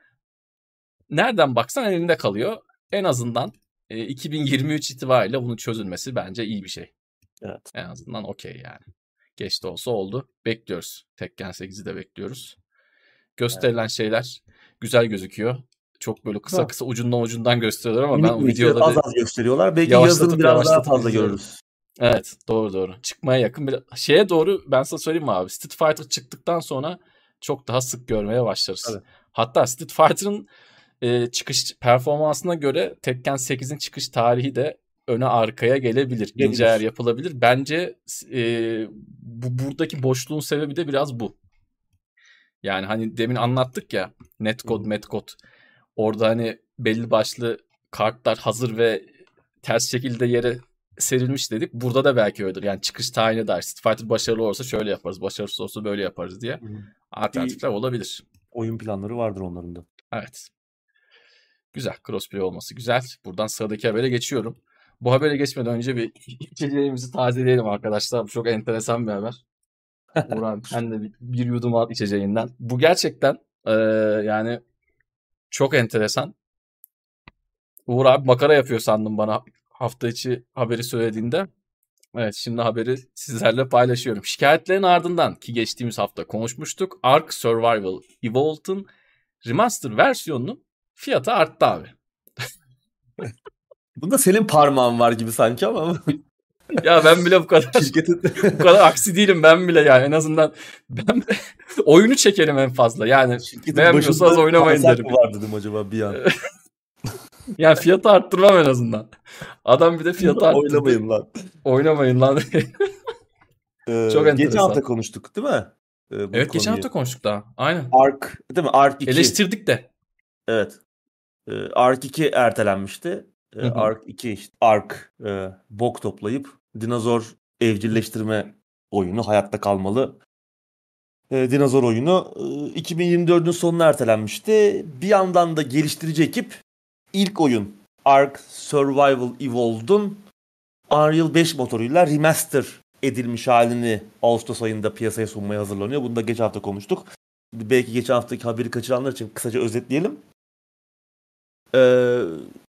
nereden baksan elinde kalıyor. En azından e, iki bin yirmi üç itibariyle bunun çözülmesi bence iyi bir şey. Evet. En azından okey yani. Geç de olsa oldu. Bekliyoruz. Tekken sekizi de bekliyoruz. Gösterilen evet. şeyler güzel gözüküyor. Çok böyle kısa kısa ucundan ucundan gösteriyorlar ama minik ben o minik videoları az az gösteriyorlar. Belki yazın biraz daha fazla izliyorum. görürüz. Evet doğru doğru. Çıkmaya yakın bir şeye doğru ben sana söyleyeyim mi abi? Street Fighter çıktıktan sonra çok daha sık görmeye başlarız. Evet. Hatta Street Fighter'ın e, çıkış performansına göre Tekken sekizin çıkış tarihi de öne arkaya gelebilir. Gelebilir. İnce ayar yapılabilir. Bence e, bu buradaki boşluğun sebebi de biraz bu. Yani hani demin anlattık ya netcode, metcode. Orada hani belli başlı kartlar hazır ve ters şekilde yere serilmiş dedik. Burada da belki öyledir. Yani çıkış tayini dair. Street Fighter başarılı olursa şöyle yaparız. Başarısız olursa böyle yaparız diye. Hı-hı. Alternatifler bir olabilir. Oyun planları vardır onların da. Evet. Güzel. Crossplay olması güzel. Buradan sıradaki habere geçiyorum. Bu habere geçmeden önce bir içeceğimizi tazeleyelim arkadaşlar. Bu çok enteresan bir haber. Uğur abi sen de bir, bir yudum al içeceğinden. Bu gerçekten ee, yani çok enteresan. Uğur abi makara yapıyor sandım bana hafta içi haberi söylediğinde. Evet şimdi haberi sizlerle paylaşıyorum. Şikayetlerin ardından ki geçtiğimiz hafta konuşmuştuk. Ark Survival Evolved'ın remaster versiyonunun fiyatı arttı abi. Bunda senin parmağın var gibi sanki ama. Ya ben bile bu kadar Şirketin... bu kadar aksi değilim ben bile yani en azından ben oyunu çekerim en fazla yani beğenmiyorsanız oynamayın derim. Var dedim acaba bir an. Yani fiyatı arttırmam en azından. Adam bir de fiyatı arttırdı. Oynamayın lan. Oynamayın lan. ee, Çok enteresan. Geçen hafta konuştuk değil mi? Ee, evet konuyu. Geçen hafta konuştuk daha. Aynen. Ark değil mi? Ark iki. Eleştirdik de. Evet. Ee, Ark iki ertelenmişti. Ee, Ark iki işte Ark e, bok toplayıp dinozor evcilleştirme oyunu hayatta kalmalı. E, dinozor oyunu e, iki bin yirmi dördün sonuna ertelenmişti. Bir yandan da geliştirici ekip ilk oyun Ark Survival Evolved'un Unreal beş motoruyla remaster edilmiş halini Ağustos ayında piyasaya sunmaya hazırlanıyor. Bunu da geçen hafta konuştuk. Belki geçen haftaki haberi kaçıranlar için kısaca özetleyelim. Ee,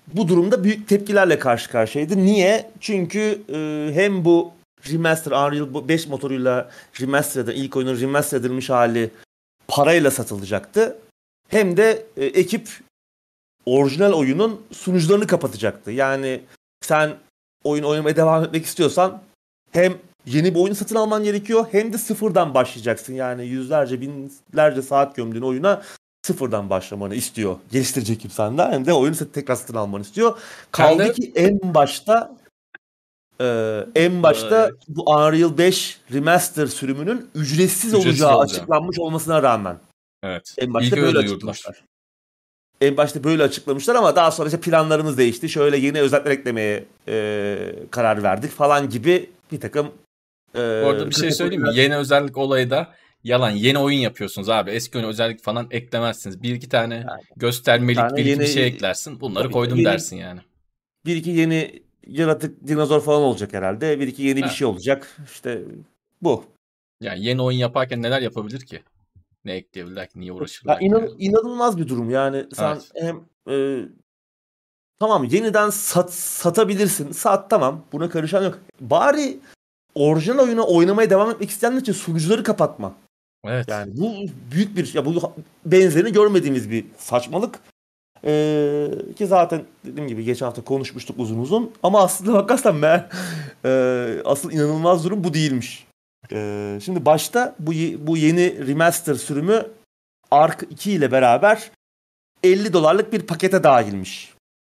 bu durumda büyük tepkilerle karşı karşıyaydı. Niye? Çünkü e, hem bu remaster Unreal beş motoruyla remaster ilk oyunun remaster edilmiş hali parayla satılacaktı. Hem de e, ekip orijinal oyunun sunucularını kapatacaktı. Yani sen oyun oynamaya devam etmek istiyorsan hem yeni bir oyunu satın alman gerekiyor hem de sıfırdan başlayacaksın. Yani yüzlerce binlerce saat gömdüğün oyuna sıfırdan başlamanı istiyor. Geliştirecek kim senden hem de oyunu tekrar satın almanı istiyor. Kaldı Ben de- ki en başta e, en başta Evet. bu Unreal beş Remaster sürümünün ücretsiz, Ücretsiz olacağı olacağı. açıklanmış olmasına rağmen. Evet. En başta İlk böyle öyle duyurdular. açıklamışlar. En başta böyle açıklamışlar ama daha sonra işte planlarımız değişti. Şöyle yeni özellikler eklemeye e, karar verdik falan gibi bir takım e, Bu arada bir şey söyleyeyim mi? Yeni özellik olayı da yalan. Yeni oyun yapıyorsunuz abi. Eski oyun özellik falan eklemezsiniz. Bir iki tane Yani, göstermelik tane bir iki yeni- bir şey eklersin. Bunları Tabii, koydum yeni- dersin yani. Bir iki yeni yaratık dinozor falan olacak herhalde. Bir iki yeni Ha. bir şey olacak. İşte bu. Yani yeni oyun yaparken neler yapabilir ki? Ne ekleyebilirler ki? Niye Ya uğraşırlar ki? inan- yani? inanılmaz bir durum. Yani sen Evet. hem e, tamam yeniden sat, satabilirsin. Sat tamam. Buna karışan yok. Bari orijinal oyunu oynamaya devam etmek isteyenler için sunucuları kapatma. Evet. Yani bu büyük bir ya bu benzerini görmediğimiz bir saçmalık. Ee, ki zaten dediğim gibi geçen hafta konuşmuştuk uzun uzun ama aslında bakarsan meğer e, asıl inanılmaz durum bu değilmiş. Ee, şimdi başta bu bu yeni remaster sürümü Ark iki ile beraber elli dolarlık bir pakete dahilmiş.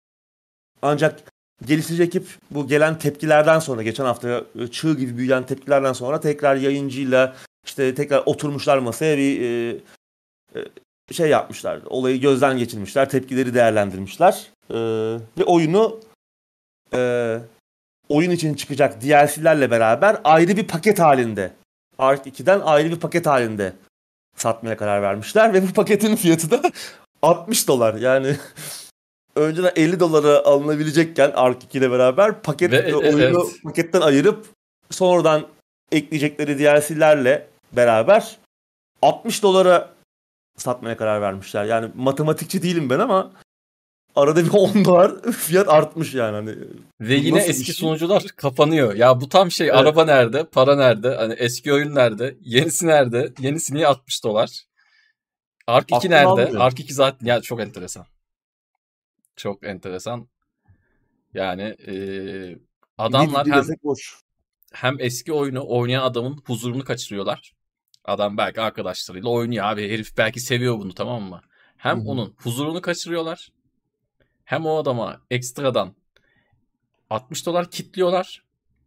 Ancak geliştirici ekip bu gelen tepkilerden sonra geçen hafta çığ gibi büyüyen tepkilerden sonra tekrar yayıncıyla işte tekrar oturmuşlar masaya bir e, e, şey yapmışlar. Olayı gözden geçirmişler. Tepkileri değerlendirmişler. E, ve oyunu e, oyun için çıkacak D L C'lerle beraber ayrı bir paket halinde Ark ikiden ayrı bir paket halinde satmaya karar vermişler. Ve bu paketin fiyatı da altmış dolar. Yani önceden elli dolara alınabilecekken Ark iki ile beraber paket Ve, oyunu evet. paketten ayırıp sonradan ekleyecekleri D L C'lerle beraber altmış dolara satmaya karar vermişler. Yani matematikçi değilim ben ama arada bir on dolar fiyat artmış yani. Hani Ve yine nasıl bir eski şey? sunucular kapanıyor. Ya bu tam şey, Evet. araba nerede? Para nerede? Hani eski oyun nerede? Yenisi nerede? Yenisi niye altmış dolar? Ark iki Aklım nerede? almıyor. Ark iki zaten ya çok enteresan. Çok enteresan. Yani eee, adamlar Ne hem desek boş. hem eski oyunu oynayan adamın huzurunu kaçırıyorlar. Adam belki arkadaşlarıyla oynuyor abi. Herif belki seviyor bunu, tamam mı? Hem Hı hı. onun huzurunu kaçırıyorlar. Hem o adama ekstradan altmış dolar kitliyorlar.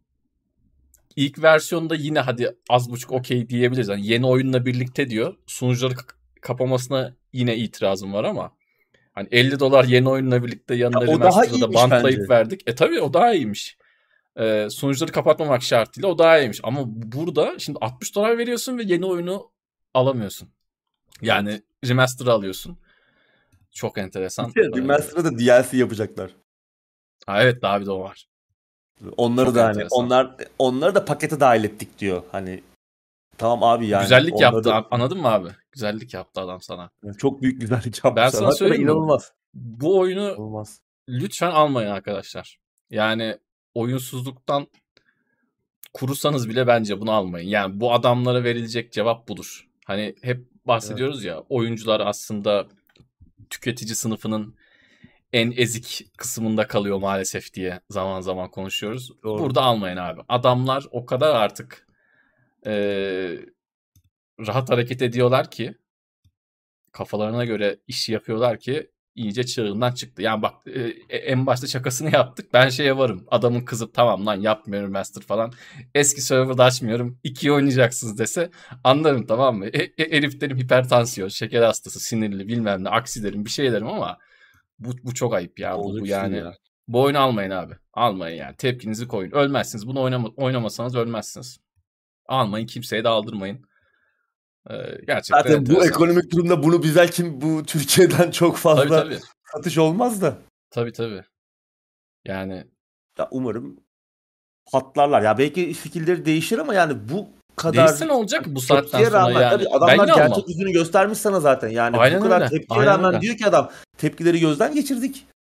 İlk versiyonda yine hadi az buçuk okey diyebiliriz. Yani yeni oyunla birlikte diyor. Sunucuları k- kapamasına yine itirazım var ama hani elli dolar yeni oyunla birlikte yanında Ya o daha remaster'da da iyiymiş bantlayıp bence. verdik. E tabii o daha iyiymiş. Ee, sunucuları kapatmamak şartıyla o daha iyiymiş. Ama burada şimdi altmış dolar veriyorsun ve yeni oyunu alamıyorsun. Yani remaster'ı alıyorsun. Çok enteresan. Ee, Remaster'da da D L C yapacaklar. ha evet, daha bir de o var. Onları Çok da hani enteresan. onlar onları da pakete dahil ettik diyor. Hani tamam abi yani. Güzellik onları yaptı. da- Anladın mı abi? Güzellik yaptı adam sana. Çok büyük güzellik Ben yapmışlar. sana Hakikaten söyleyeyim mi? inanılmaz. Bu oyunu İnanılmaz. lütfen almayın arkadaşlar. Yani oyunsuzluktan kurusanız bile bence bunu almayın. Yani bu adamlara verilecek cevap budur. Hani hep bahsediyoruz ya, oyuncular aslında tüketici sınıfının en ezik kısmında kalıyor maalesef diye zaman zaman konuşuyoruz. Doğru. Burada almayın abi. Adamlar o kadar artık eee, rahat hareket ediyorlar ki, kafalarına göre iş yapıyorlar ki iyice çığırından çıktı. Yani bak e, en başta şakasını yaptık. Ben şeye varım. Adamın kızıp tamam lan yapmıyorum master falan. Eski server'da açmıyorum. İkiyi oynayacaksınız dese anlarım, tamam mı? E, e, herif derim hipertansiyon, şeker hastası, sinirli bilmem ne, aksi derim, bir şey derim ama bu, bu çok ayıp ya. Bu, bu Olacak yani şey ya. bu oyunu almayın abi. Almayın yani. Tepkinizi koyun. Ölmezsiniz. Bunu oynama, oynamasanız ölmezsiniz. Almayın. Kimseye de aldırmayın. Ee, gerçekten Zaten bu enteresan. ekonomik durumda bunu bize kim bu Türkiye'den çok fazla Tabii tabii. satış olmaz da. Tabii tabii. Yani Ya umarım patlarlar. Ya belki fikirleri değişir ama yani bu kadar değişse ne olacak bu saatten tepkiye sonra rağmen yani? tabii Ben adamlar yine almam. gerçek yüzünü göstermiş sana zaten. Yani Aynen bu kadar öyle. tepkiye Aynen rağmen öyle. diyor ki adam tepkileri gözden geçirdik.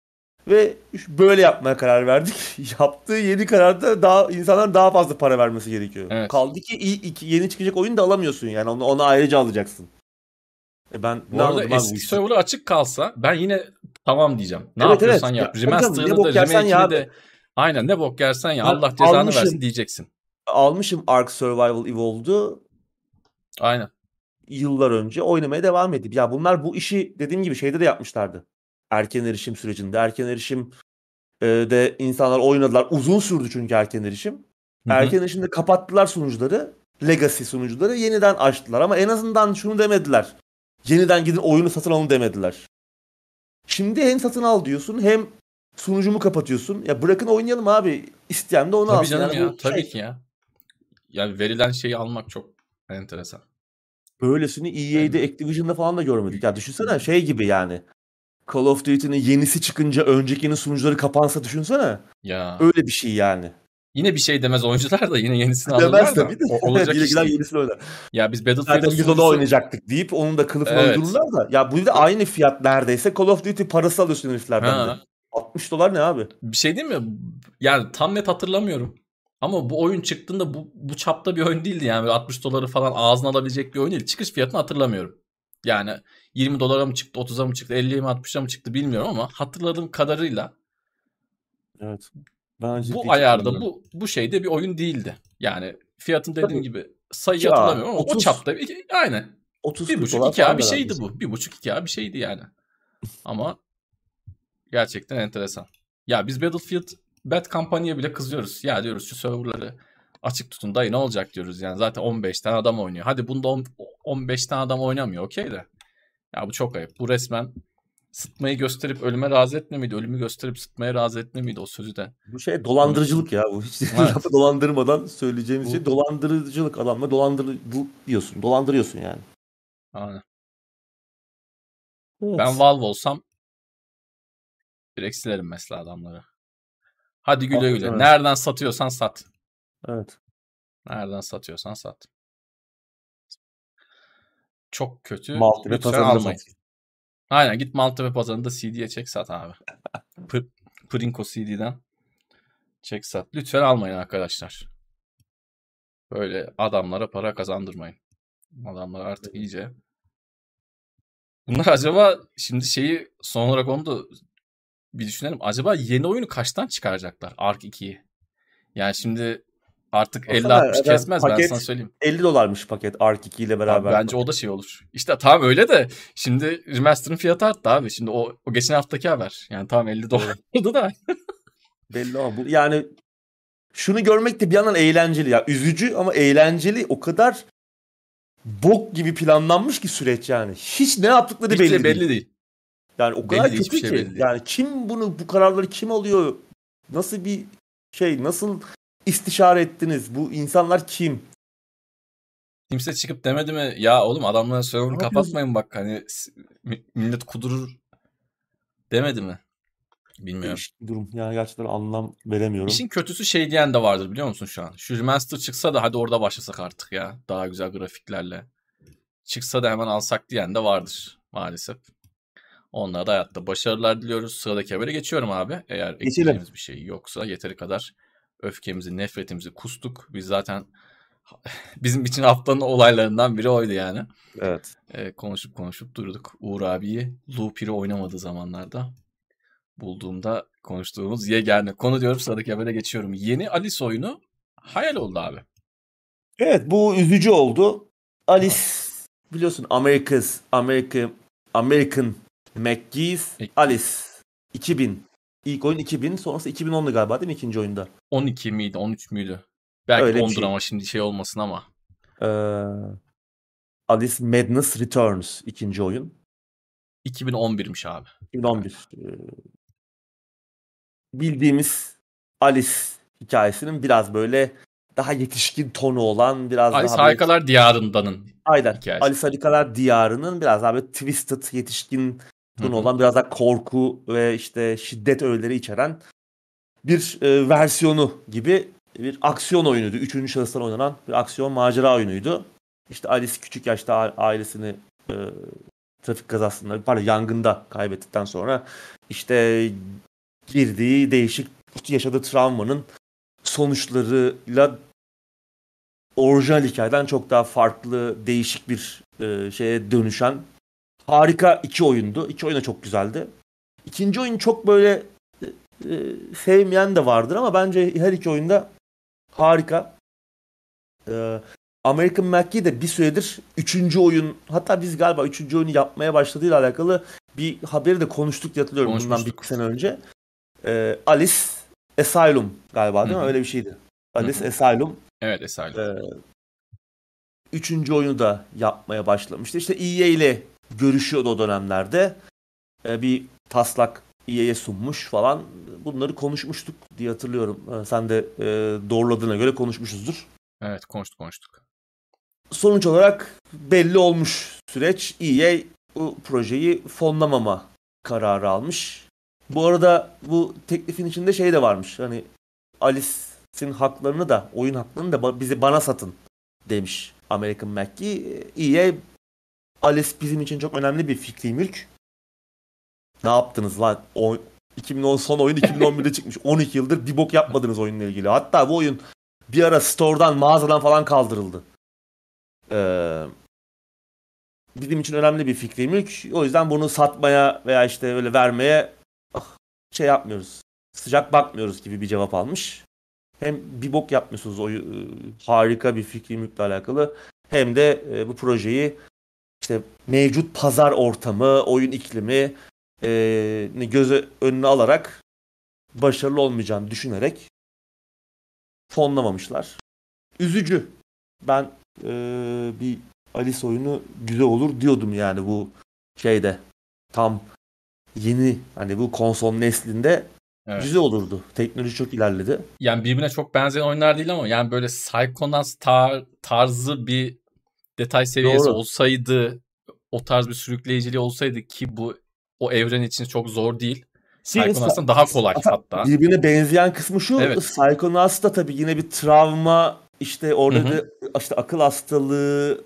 ve böyle yapmaya karar verdik. Yaptığı yeni kararda daha insanlar daha fazla para vermesi gerekiyor. Evet. Kaldı ki iyi, iki, yeni çıkacak oyunu da alamıyorsun yani. Onu, onu ayrıca alacaksın. E ben Bu ne arada anladım abi bu eski işi? server'ı açık kalsa ben yine tamam diyeceğim. Ne Evet evet. yapıyorsan Ya, yap. tabii canım, ne Remaster'ını bok da yersen ya remake'ini abi. de aynen ne bok yersen ya. Ben Allah cezanı versin almışım diyeceksin. almışım Ark Survival Evolved'u Aynen. yıllar önce oynamaya devam edip. Ya bunlar bu işi dediğim gibi şeyde de yapmışlardı. Erken erişim sürecinde. Erken erişim e, de insanlar oynadılar. Uzun sürdü çünkü erken erişim. Hı hı. Erken erişimde kapattılar sunucuları. Legacy sunucuları yeniden açtılar. Ama en azından şunu demediler. Yeniden gidin oyunu satın alın demediler. Şimdi hem satın al diyorsun hem sunucumu kapatıyorsun. Ya bırakın oynayalım abi. İsteyen de onu Tabii alsın. canım Yani ya. bu Tabii şey. ki ya. Yani verilen şeyi almak çok enteresan. Böylesini E A'de, Ben... Activision'da falan da görmedik. Ya düşünsene şey gibi yani. Call of Duty'nin yenisi çıkınca öncekinin sunucuları kapansa düşünsene. Ya. Öyle bir şey yani. Yine bir şey demez oyuncular da yine yenisini Demez alırlar da. tabii de. O Evet, olacak yine iş gider değil. yenisini oynar. Ya biz Battlefield'ın Zaten biz onu sunucusu... oynayacaktık deyip onun da kılıfına Evet. uydururlar da. Ya bu da aynı fiyat neredeyse. Call of Duty parası alıyorsun heriflerden de. Ha. altmış dolar ne abi? Bir şey değil mi? Yani tam net hatırlamıyorum. Ama bu oyun çıktığında bu, bu çapta bir oyun değildi yani. Böyle altmış doları falan ağzına alabilecek bir oyun değil. Çıkış fiyatını hatırlamıyorum. Yani yirmi dolara mı çıktı, otuza mı çıktı, elliye mi altmışa mı çıktı bilmiyorum ama hatırladığım kadarıyla Evet. Ben ciddi bu ayarda hatırlamıyorum. bu bu şeyde bir oyun değildi. Yani fiyatın dediğim Tabii. gibi sayıyı iki A, hatırlamıyorum ama o otuz, çapta bir- aynen. otuz Bir kırk buçuk dolar iki A falan bir da şeydi neredeyse. bu. Bir buçuk iki A bir şeydi yani. Ama gerçekten enteresan. Ya biz Battlefield Bad Company'ye bile kızıyoruz. Ya diyoruz şu serverları açık tutun dayı ne olacak diyoruz yani. Zaten on beş tane adam oynuyor. Hadi bunda on, on beş tane adam oynamıyor okey de. Ya bu çok ayıp. Bu resmen sıtmayı gösterip ölüme razı etme miydi? Ölümü gösterip sıtmaya razı etme miydi? O sözü de Bu şey unuttum. dolandırıcılık ya. Bu hiç Evet. lafı dolandırmadan söyleyeceğimiz Bu şey dolandırıcılık. Adamla dolandırıyorsun. Dolandırıyorsun yani. aynen. Ben Evet. Valve olsam direkt silerim mesela adamları. Hadi güle Hakikaten güle. evet. Nereden satıyorsan sat. Evet. Nereden satıyorsan sat. Çok kötü. Maltepe Lütfen pazarında almayın. satıyor. Aynen git Maltepe pazarında C D'ye çek sat abi. P- Prinko C D'den çek sat. Lütfen almayın arkadaşlar. Böyle adamlara para kazandırmayın. Adamlar artık iyice. Bunlar acaba şimdi şeyi son olarak onu da bir düşünelim. Acaba yeni oyunu kaçtan çıkaracaklar Ark ikiyi? Yani şimdi artık elli Baksana altmış zaten kesmez ben sana paket söyleyeyim. elli dolarmış paket Ark iki ile Abi beraber bence o paket. da şey olur. İşte tamam öyle de şimdi remaster'ın fiyatı arttı abi. Şimdi o, o geçen haftaki haber. Yani tamam elli Doğru. dolardı da. Belli ama bu yani şunu görmek de bir yandan eğlenceli ya. Üzücü ama eğlenceli. O kadar bok gibi planlanmış ki süreç yani. Hiç ne yaptıkları Hiçbir şey belli değil. belli değil. Yani o Belli kadar değil hiçbir kötü şey ki. belli değil. Yani kim bunu bu kararları kim alıyor? Nasıl bir şey? Nasıl istişare ettiniz? Bu insanlar kim? Kimse çıkıp demedi mi ya oğlum adamların server'ını Ne yapıyorsun? kapatmayın bak hani mi- millet kudurur demedi mi? Bilmiyorum. Değişik bir durum. Yani gerçekten anlam veremiyorum. İşin kötüsü şey diyen de vardır biliyor musun şu an? Şu remaster çıksa da hadi orada başlasak artık ya. Daha güzel grafiklerle. Çıksa da hemen alsak diyen de vardır maalesef. Onlara da hayatta başarılar diliyoruz. Sıradaki habere geçiyorum abi. Eğer Geçelim. ekleyeceğimiz bir şey yoksa yeteri kadar öfkemizi, nefretimizi kustuk. Biz zaten bizim için haftanın olaylarından biri oydu yani. Evet. Ee, konuşup konuşup durduk. Uğur abiyi Lupir'i oynamadığı zamanlarda bulduğumda konuştuğumuz yegane konu diyorum. Sıradaki habere geçiyorum. Yeni Alice oyunu hayal oldu abi. Evet bu üzücü oldu. Alice biliyorsun America's American American McGee's Alice iki bin. İlk oyun iki bin sonrası iki bin ondu galiba değil mi ikinci oyunda? on iki miydi on üç müydü? Belki Öyle bir ondur şey. ama şimdi şey olmasın ama. Ee, Alice Madness Returns ikinci oyun. iki bin on birmiş abi. iki bin on bir. Ee, bildiğimiz Alice hikayesinin biraz böyle daha yetişkin tonu olan biraz Alice daha böyle Harikalar Diyarında'nın aynen hikayesi. Alice Harikalar Diyarı'nın biraz daha böyle twisted yetişkin Hı tonu hı. olan biraz daha korku ve işte şiddet öğeleri içeren bir e, versiyonu gibi bir aksiyon oyunuydu. Üçüncü şahıstan oynanan bir aksiyon macera oyunuydu. İşte Alice küçük yaşta a- ailesini e, trafik kazasında, pardon yangında kaybettikten sonra işte girdiği değişik yaşadığı travmanın sonuçlarıyla orijinal hikayeden çok daha farklı, değişik bir e, şeye dönüşen harika iki oyundu. İki oyun da çok güzeldi. İkinci oyun çok böyle e, e, sevmeyen de vardır ama bence her iki oyunda harika. E, American McGee de bir süredir üçüncü oyun, hatta biz galiba üçüncü oyunu yapmaya başladığıyla alakalı bir haberi de konuştuk diye hatırlıyorum bundan bir sene önce. E, Alice Asylum galiba değil Hı-hı. mi? Öyle bir şeydi. Alice Hı-hı. Asylum. Evet, Asylum. E, üçüncü oyunu da yapmaya başlamıştı. İşte E A ile görüşüyordu o dönemlerde. E, bir taslak E A'ye sunmuş falan. Bunları konuşmuştuk diye hatırlıyorum. E, sen de e, doğruladığına göre konuşmuşuzdur. Evet, konuştuk konuştuk. Sonuç olarak belli olmuş süreç. E A bu projeyi fonlamama kararı almış. Bu arada bu teklifin içinde şey de varmış. Hani Alice'in haklarını da, oyun haklarını da bizi bana satın demiş American McGee. E A, Alice bizim için çok önemli bir fikri mülk. Ne yaptınız lan? O, iki bin on son oyun iki bin on birde çıkmış. on iki yıldır bir bok yapmadınız oyunla ilgili. Hatta bu oyun bir ara store'dan, mağazadan falan kaldırıldı. Ee, bizim için önemli bir fikri mülk. O yüzden bunu satmaya veya işte öyle vermeye ah, şey yapmıyoruz. Sıcak bakmıyoruz gibi bir cevap almış. Hem bir bok yapmıyorsunuz o e, harika bir fikri mülkle alakalı. Hem de e, bu projeyi işte mevcut pazar ortamı, oyun iklimi e, göze önüne alarak başarılı olmayacağını düşünerek fonlamamışlar. Üzücü. Ben e, bir Alice oyunu güzel olur diyordum yani bu şeyde. Tam yeni hani bu konsol neslinde evet. Güzel olurdu. Teknoloji çok ilerledi. Yani birbirine çok benzeyen oyunlar değil ama yani böyle Psychonauts tar- tarzı bir detay seviyesi Doğru. olsaydı, o tarz bir sürükleyiciliği olsaydı ki bu o evren için çok zor değil. Psychonauts'tan daha kolay hatta. Birbirine benzeyen kısmı şu. Evet. Psychonauts da tabii yine bir travma, işte orada da işte akıl hastalığı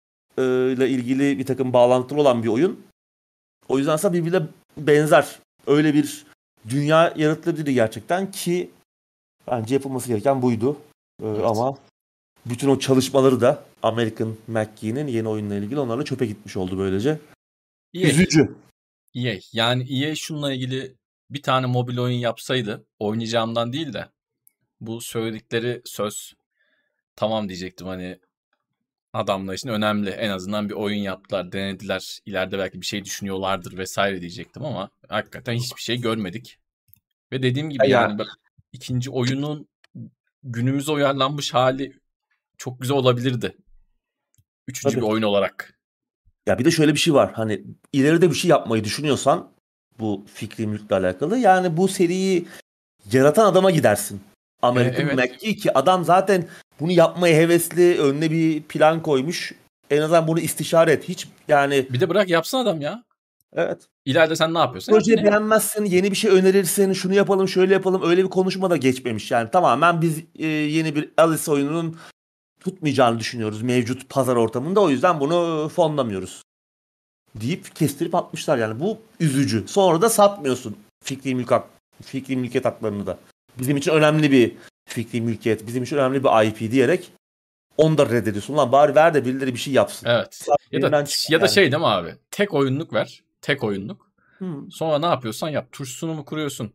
ile ilgili bir takım bağlantılı olan bir oyun. O yüzden aslında birbirine benzer. Öyle bir dünya yaratılabilir gerçekten ki bence yapılması gereken buydu. Ee, evet. Ama bütün o çalışmaları da American McGee'nin yeni oyunla ilgili onlarla çöpe gitmiş oldu böylece. E A. Üzücü. E A. Yani E A şununla ilgili bir tane mobil oyun yapsaydı, oynayacağımdan değil de bu söyledikleri söz tamam diyecektim, hani adamlar için önemli. En azından bir oyun yaptılar, denediler. İleride belki bir şey düşünüyorlardır vesaire diyecektim ama hakikaten hiçbir şey görmedik. Ve dediğim gibi yani, yani bak, ikinci oyunun günümüze uyarlanmış hali çok güzel olabilirdi. Üçüncü Tabii. bir oyun olarak. Ya bir de şöyle bir şey var. Hani ileride bir şey yapmayı düşünüyorsan bu fikri mülkle alakalı, yani bu seriyi yaratan adama gidersin. American ee, evet. McGee ki adam zaten bunu yapmaya hevesli, önüne bir plan koymuş. En azından bunu istişare et. Hiç yani. Bir de bırak yapsın adam ya. Evet. İleride sen ne yapıyorsun? Projeyi beğenmezsin, yeni bir şey önerirsin, şunu yapalım, şöyle yapalım. Öyle bir konuşma da geçmemiş yani. Tamamen biz e, yeni bir Alice oyununun tutmayacağını düşünüyoruz mevcut pazar ortamında. O yüzden bunu fonlamıyoruz deyip kestirip atmışlar yani. Bu üzücü. Sonra da satmıyorsun fikri mülk hak, fikri mülkiyet haklarını da. Bizim için önemli bir fikri mülkiyet, bizim için önemli bir I P diyerek onu da reddediyorsun. Lan bari ver de birileri bir şey yapsın. Evet. Ya da ya da yani. Şey değil mi abi? Tek oyunluk ver. Tek oyunluk. Hmm. Sonra ne yapıyorsan yap. Turşusunu mu kuruyorsun?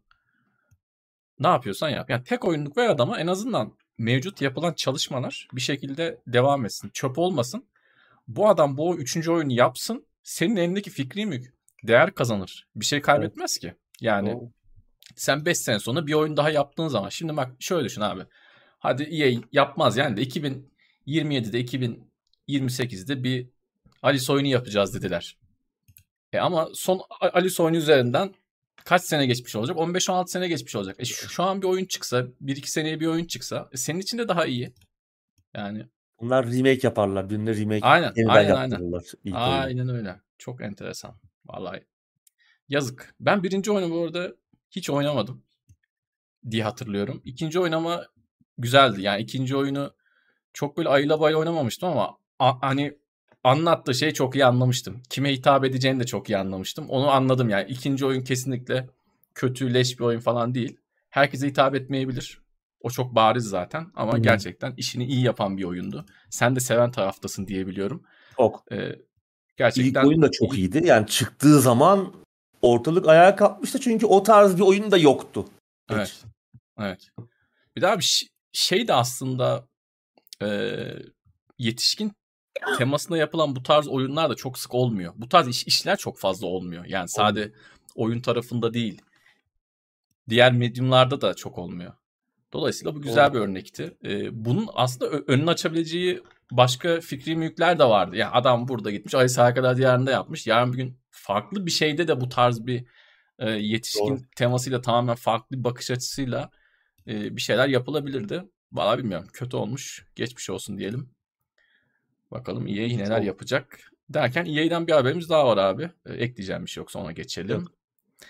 Ne yapıyorsan yap. Yani tek oyunluk ver adama, en azından mevcut yapılan çalışmalar bir şekilde devam etsin. Çöp olmasın. Bu adam bu üçüncü oyunu yapsın. Senin elindeki fikri mülk değer kazanır. Bir şey kaybetmez evet. ki. Yani oh. sen beş sene sonra bir oyun daha yaptığın zaman. Şimdi bak şöyle düşün abi. Hadi E A yapmaz yani de iki bin yirmi yedide iki bin yirmi sekizde bir Alice oyunu yapacağız dediler. E ama son Alice oyunu üzerinden kaç sene geçmiş olacak? on beş on altı sene geçmiş olacak. E şu, şu an bir oyun çıksa, bir iki seneye bir oyun çıksa e senin için de daha iyi. Yani bunlar remake yaparlar. Birine remake aynen, aynen, aynen. Aynen öyle. Çok enteresan. Vallahi yazık. Ben birinci oyunu bu arada hiç oynamadım diye hatırlıyorum. İkinci oyun ama güzeldi. Yani ikinci oyunu çok böyle ayıla bayla oynamamıştım ama a- hani anlattığı şeyi çok iyi anlamıştım. Kime hitap edeceğini de çok iyi anlamıştım. Onu anladım yani. İkinci oyun kesinlikle kötü, leş bir oyun falan değil. Herkese hitap etmeyebilir. O çok bariz zaten ama Hı. gerçekten işini iyi yapan bir oyundu. Sen de seven taraftasın diyebiliyorum. Çok. Ee, İlk gerçekten oyun da çok iyi. iyiydi. Yani çıktığı zaman ortalık ayağa kalkmıştı çünkü o tarz bir oyun da yoktu. Hiç. Evet. Evet. Bir daha bir ş- şey de aslında e, yetişkin temasına yapılan bu tarz oyunlar da çok sık olmuyor. Bu tarz iş, işler çok fazla olmuyor. Yani sadece oyun tarafında değil. Diğer medyumlarda da çok olmuyor. Dolayısıyla bu güzel Doğru. bir örnekti. Ee, bunun aslında ö- önünü açabileceği başka fikri mülkler de vardı. Yani adam burada gitmiş Ayı Arkadaş Diyarı'nda yapmış. Yarın bir gün farklı bir şeyde de bu tarz bir e, yetişkin Doğru. temasıyla tamamen farklı bir bakış açısıyla e, bir şeyler yapılabilirdi. Vallahi bilmiyorum. Kötü olmuş. Geçmiş olsun diyelim. Bakalım E A neler Çok. yapacak. Derken E A'den bir haberimiz daha var abi. E, ekleyeceğim bir şey yoksa ona geçelim. Yok.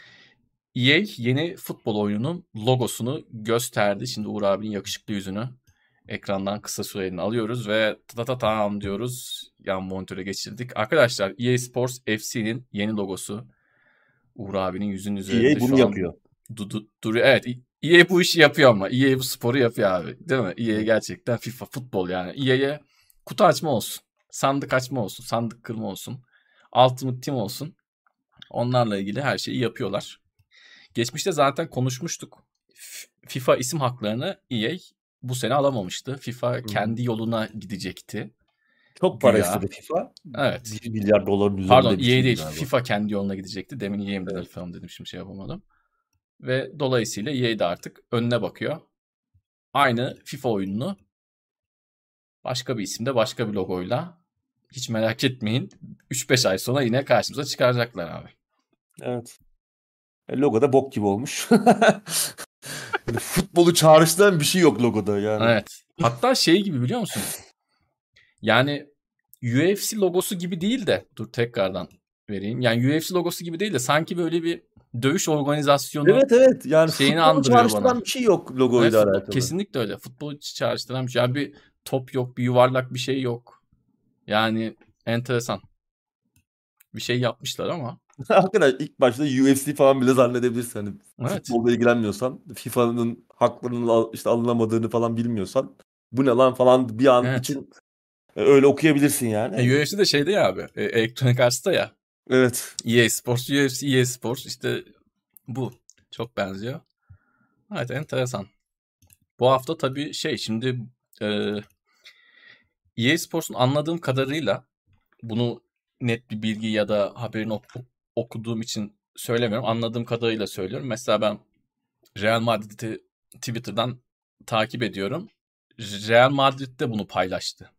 E A yeni futbol oyununun logosunu gösterdi. Şimdi Uğur abinin yakışıklı yüzünü ekrandan kısa süreliğine alıyoruz ve ta ta tam diyoruz. Yan monitöre geçirdik. Arkadaşlar E A Sports F C'nin yeni logosu Uğur abinin yüzünün E üzerinde A bunu şu an yapıyor. du- du- duruyor. Evet, E A bu işi yapıyor ama E A bu sporu yapıyor abi. Değil mi? E A Evet. gerçekten FIFA futbol yani. E A'ye kutu açma olsun. Sandık açma olsun. Sandık kırma olsun. Ultimate Team olsun. Onlarla ilgili her şeyi yapıyorlar. Geçmişte zaten konuşmuştuk. F- FIFA isim haklarını E A bu sene alamamıştı. FIFA Hı. kendi yoluna gidecekti. Çok para Güya. istedi FIFA. Evet. bir milyar doların Pardon üzerinde bir E A şeydi değil. galiba. FIFA kendi yoluna gidecekti. Demin E A mi dedim Evet. falan dedim. Şimdi şey yapamadım. Ve dolayısıyla E A da artık önüne bakıyor. Aynı FIFA oyununu başka bir isimde başka bir logoyla hiç merak etmeyin üç beş ay sonra yine karşımıza çıkaracaklar abi. Evet. E, logo da bok gibi olmuş. Yani futbolu çağrıştıran bir şey yok logoda yani. Evet. Hatta şey gibi biliyor musun? Yani U F C logosu gibi değil de dur tekrardan vereyim. Yani U F C logosu gibi değil de sanki böyle bir dövüş organizasyonu Evet evet yani şeyini futbolu andırıyor bana. çağrıştıran bir şey yok Evet, logoyla futbol, alakalı. kesinlikle öyle. Futbol çağrıştıran bir şey. Yani bir top yok, bir yuvarlak bir şey yok. Yani enteresan. Bir şey yapmışlar ama. Hakikaten ilk başta U F C falan bile zannedebilirsin. Hani Evet. futbolda ilgilenmiyorsan, FIFA'nın haklarının al- işte alınamadığını falan bilmiyorsan bu ne lan falan bir an Evet. için e, öyle okuyabilirsin E, yani. U F C de şeyde ya abi. E, Electronic Arts'ta ya. Evet. E A Sports, U F C, E A Sports işte bu. Çok benziyor. Evet, enteresan. Bu hafta tabii şey şimdi e, E A Sports'un anladığım kadarıyla bunu net bir bilgi ya da haberini ok- okuduğum için söylemiyorum. Anladığım kadarıyla söylüyorum. Mesela ben Real Madrid'i Twitter'dan takip ediyorum. Real Madrid de bunu paylaştı.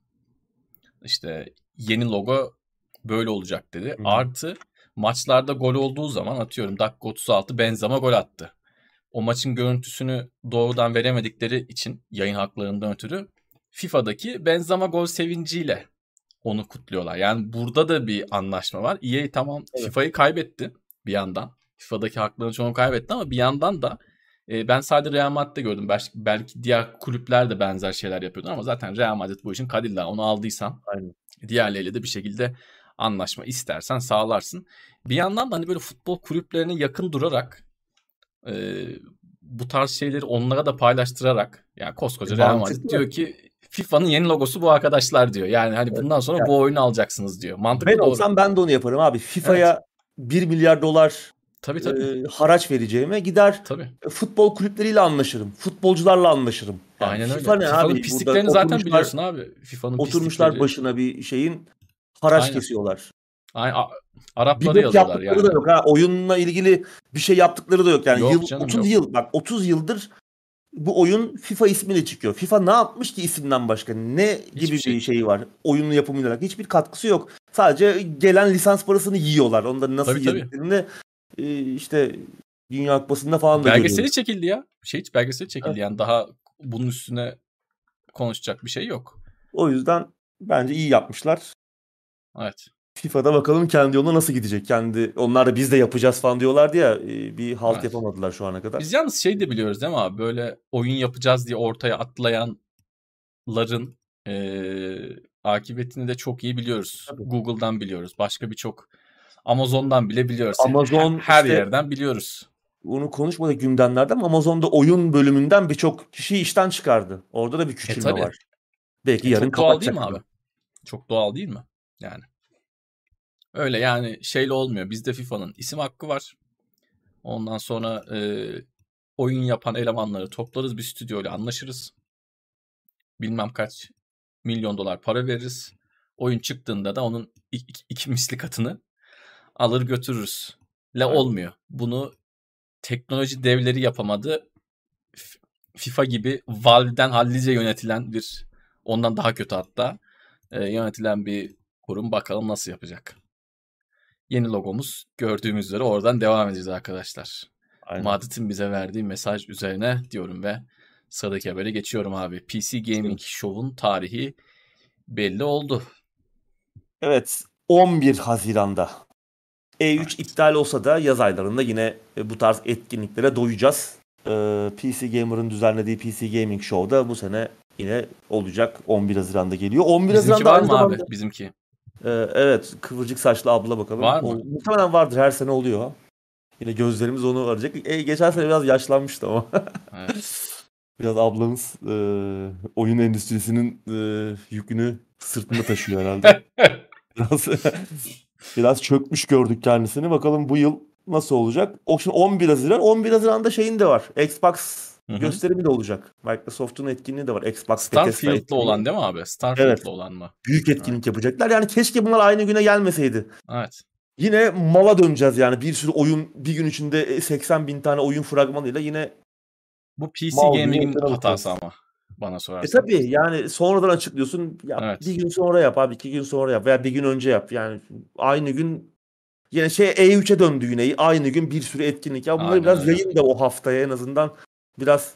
İşte yeni logo böyle olacak dedi. Hı. Artı maçlarda gol olduğu zaman atıyorum dakika otuz altı Benzema gol attı. O maçın görüntüsünü doğrudan veremedikleri için yayın haklarından ötürü FIFA'daki Benzema gol sevinciyle onu kutluyorlar. Yani burada da bir anlaşma var. E A tamam Evet. FIFA'yı kaybetti bir yandan. FIFA'daki haklarını çoğunu kaybetti ama bir yandan da e, ben sadece Real Madrid'de gördüm. Belki, belki diğer kulüpler de benzer şeyler yapıyordu ama zaten Real Madrid bu işin kadilla. Onu aldıysan Aynen. diğerleriyle de bir şekilde anlaşma istersen sağlarsın. Bir yandan da hani böyle futbol kulüplerine yakın durarak e, bu tarz şeyleri onlara da paylaştırarak yani koskoca E, Real Madrid mantıklı. diyor ki FIFA'nın yeni logosu bu arkadaşlar diyor. Yani hani Evet. bundan sonra Yani bu oyunu alacaksınız diyor. ben Mantıklı, doğru. olsam ben de onu yaparım abi. Evet. FIFA'ya bir milyar dolar Tabii e, tabii. haraç vereceğime gider Tabii. e, futbol kulüpleriyle anlaşırım. Futbolcularla anlaşırım. Yani Aynen FIFA öyle. ne FIFA'nın abi? Burada pisliklerini zaten oturmuşlar biliyorsun abi. FIFA'nın oturmuşlar pislikleri. başına bir şeyin haraç Aynen. kesiyorlar. Aynen. A- Bir Arapları bok yazıyorlar yaptıkları da yani. yok ha. Oyunla ilgili bir şey yaptıkları da yok. Yani Yok yıl canım, otuz yok. yıl bak otuz yıldır bu oyun FIFA ismiyle çıkıyor. FIFA ne yapmış ki isimden başka? Ne Hiçbir gibi şey. bir şey var? Oyunun yapımıyla alakalı hiçbir katkısı yok. Sadece gelen lisans parasını yiyorlar. Onu da nasıl Tabii tabii. yediklerini e, işte Dünya Kupası'nda falan da Belgeseli görüyoruz. çekildi ya. Şey belgeseli çekildi Evet. yani daha bunun üstüne konuşacak bir şey yok. O yüzden bence iyi yapmışlar. Evet. FIFA'da bakalım kendi yoluna nasıl gidecek. Kendi onlar da biz de yapacağız falan diyorlardı ya. e, Bir halt Evet. yapamadılar şu ana kadar. Biz yalnız şey de biliyoruz değil mi abi? Böyle oyun yapacağız diye ortaya atlayanların eee akıbetini de çok iyi biliyoruz. Tabii. Google'dan biliyoruz. Başka birçok Amazon'dan bile biliyoruz. Her, Amazon her işte yerden biliyoruz. onu konuşmadık gündemlerde ama Amazon'da oyun bölümünden birçok kişi işten çıkardı. Orada da bir E küçülme tabii. var. Belki E yarın çok doğal değil mi kapatacaklar. abi? Çok doğal değil mi? Yani. Öyle yani şeyle olmuyor. Bizde FIFA'nın isim hakkı var. Ondan sonra e, oyun yapan elemanları toplarız, bir stüdyoyla anlaşırız. Bilmem kaç milyon dolar para veririz. Oyun çıktığında da onun iki, iki misli katını alır götürürüz. Le Aynen. olmuyor. Bunu teknoloji devleri yapamadı. FIFA gibi Valve'den hallice yönetilen bir, ondan daha kötü hatta e, yönetilen bir kurum bakalım nasıl yapacak. Yeni logomuz gördüğümüz üzere oradan devam edeceğiz arkadaşlar. Aynen. Madrid'in bize verdiği mesaj üzerine diyorum ve sıradaki habere geçiyorum abi. P C Gaming Show'un tarihi belli oldu. Evet, on bir Haziran'da. E üç Evet. iptal olsa da yaz aylarında yine bu tarz etkinliklere doyacağız. Ee, P C Gamer'ın düzenlediği P C Gaming Show'da bu sene yine olacak. on bir Haziran'da geliyor. on bir Bizimki Haziran'da var aynı mı abi? zamanda. Bizimki. Ee, evet, kıvırcık saçlı abla bakalım. Var O, mı? muhtemelen vardır, her sene oluyor. Yine gözlerimiz onu arayacak. E, geçen sene biraz yaşlanmıştı ama. Evet. Biraz ablamız e, oyun endüstrisinin e, yükünü sırtında taşıyor herhalde. Biraz biraz çökmüş gördük kendisini. Bakalım bu yıl nasıl olacak? O şimdi on bir Haziran. on bir Haziran'da şeyin de var. Xbox Hı hı. gösterimi de olacak. Microsoft'un etkinliği de var. Xbox Bethesda Starfield'lı etkinliği. olan değil mi abi? Evet. Starfield'lı olan mı? Büyük Evet. etkinlik yapacaklar. Yani keşke bunlar aynı güne gelmeseydi. Evet. Yine mala döneceğiz yani. Bir sürü oyun bir gün içinde seksen bin tane oyun fragmanıyla yine Bu P C mal gibi Gaming'in ekrana hatası bakacağız. ama bana E sorarsan. tabii yani sonradan açıklıyorsun. Yap, bir Evet. gün sonra yap abi, iki gün sonra yap veya bir gün önce yap. Yani aynı gün yine şey E üçe döndü yine. Aynı gün bir sürü etkinlik. Ya bunları Aynen biraz öyle. yayın da o haftaya en azından biraz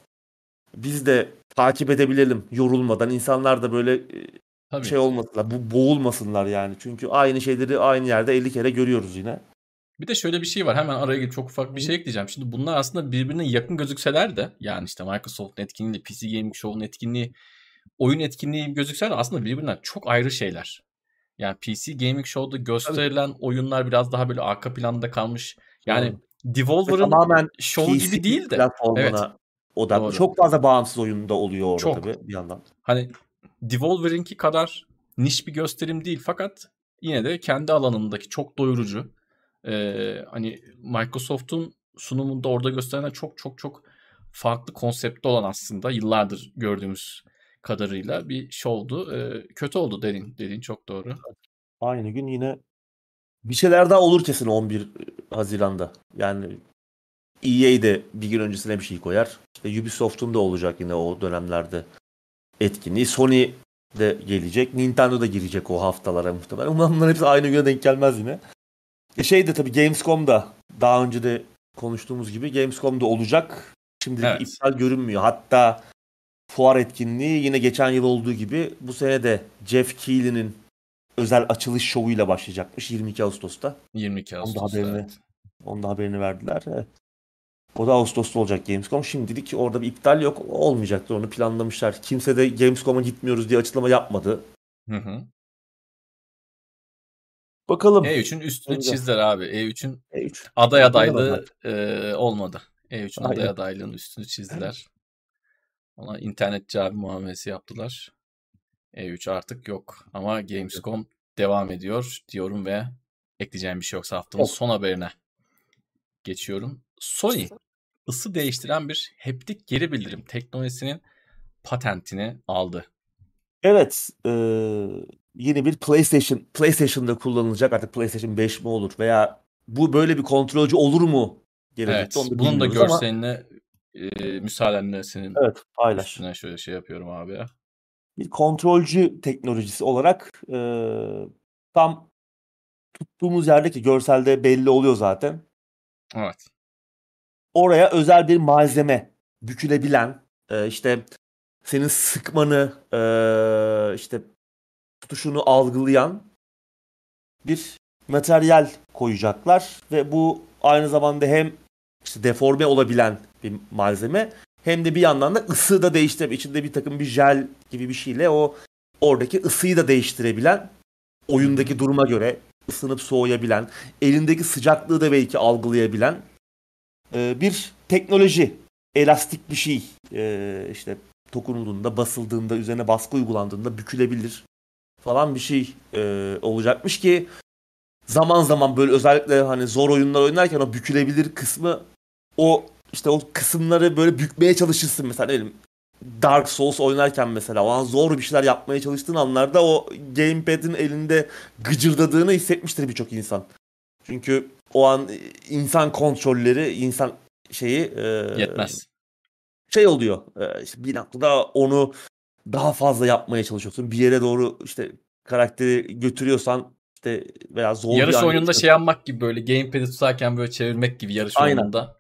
biz de takip edebilelim yorulmadan. İnsanlar da böyle e, Tabii. şey olmasınlar, bu boğulmasınlar yani. Çünkü aynı şeyleri aynı yerde elli kere görüyoruz yine. Bir de şöyle bir şey var. Hemen araya girip çok ufak bir şey ekleyeceğim. Şimdi bunlar aslında birbirine yakın gözükseler de, yani işte Microsoft'un etkinliği, P C Gaming Show'un etkinliği, oyun etkinliği gözükseler de aslında birbirinden çok ayrı şeyler. Yani P C Gaming Show'da Tabii. gösterilen oyunlar biraz daha böyle arka planda kalmış. Yani Doğru. Ve Devolver'ın tamamen şovu P C gibi değil de. Evet, platformuna odaklı. doğru. Çok fazla bağımsız oyun da oluyor orada Çok. tabii bir yandan. Hani Devolver'inki kadar niş bir gösterim değil fakat yine de kendi alanındaki çok doyurucu. Ee, hani Microsoft'un sunumunda orada gösterilen çok çok çok farklı konseptli olan, aslında yıllardır gördüğümüz kadarıyla bir şovdu. Ee, kötü oldu dediğin, dediğin çok doğru. Aynı gün yine bir şeyler daha olur kesin on bir Haziran'da. Yani E A de bir gün öncesine bir şey koyar. İşte Ubisoft'un da olacak yine o dönemlerde etkinliği. Sony de gelecek. Nintendo da girecek o haftalara muhtemelen. Umarım bunların hepsi aynı güne denk gelmez yine. E şey de tabii Gamescom'da daha önce de konuştuğumuz gibi Gamescom'da olacak. Şimdilik Evet. iptal görünmüyor. Hatta fuar etkinliği yine geçen yıl olduğu gibi bu sene de Jeff Keighley'nin özel açılış şovuyla başlayacakmış yirmi iki Ağustos'ta. yirmi iki Onun da Ağustos'ta haberini, evet. onun da haberini verdiler. Evet. O da Ağustos'ta olacak Gamescom. Şimdilik orada bir iptal yok. Olmayacaktır. Onu planlamışlar. Kimse de Gamescom'a gitmiyoruz diye açıklama yapmadı. Hı hı. Bakalım. E üçün üstünü Göreceğiz. çizdiler abi. E üçün E üç. aday Evet, bilemem adaylığı artık. e, olmadı. E üçün aday Aynen. adaylığının üstünü çizdiler. Ona internetçi abi muamelesi yaptılar. E üç artık yok. Ama Gamescom devam ediyor diyorum ve ekleyeceğim bir şey yoksa haftanın Yok. son haberine geçiyorum. Sony ısı değiştiren bir haptik geri bildirim teknolojisinin patentini aldı. Evet. E, yeni bir PlayStation. PlayStation'da kullanılacak. Artık PlayStation beş mi olur? Veya bu böyle bir kontrolcü olur mu gelecekte? Evet, Onu da bunun da bilmiyoruz ama görselini e, müsaadenle senin evet, paylaş. üstüne şöyle şey yapıyorum abi ya. Bir kontrolcü teknolojisi olarak e, tam tuttuğumuz yerdeki görselde belli oluyor zaten. Evet. Oraya özel bir malzeme bükülebilen, e, işte senin sıkmanı, e, işte tutuşunu algılayan bir materyal koyacaklar ve bu aynı zamanda hem işte deforme olabilen bir malzeme hem de bir yandan da ısı da değiştirip içinde bir takım bir jel gibi bir şeyle o oradaki ısıyı da değiştirebilen, oyundaki duruma göre ısınıp soğuyabilen, elindeki sıcaklığı da belki algılayabilen e, bir teknoloji, elastik bir şey. E, işte dokunulduğunda, basıldığında, üzerine baskı uygulandığında bükülebilir falan bir şey e, olacakmış ki zaman zaman böyle özellikle hani zor oyunlar oynarken o bükülebilir kısmı, o işte o kısımları böyle bükmeye çalışırsın mesela, ne bileyim Dark Souls oynarken mesela o an zor bir şeyler yapmaya çalıştığın anlarda o gamepad'in elinde gıcırdadığını hissetmiştir birçok insan. Çünkü o an insan kontrolleri, insan şeyi e, Yetmez. şey oluyor. E, işte bir noktada onu daha fazla yapmaya çalışıyorsun. Bir yere doğru işte karakteri götürüyorsan işte veya zor bir Yarış an oyununda şey geçiyorsan. yapmak gibi, böyle gamepad'i tutarken böyle çevirmek gibi yarış Aynen. oyununda.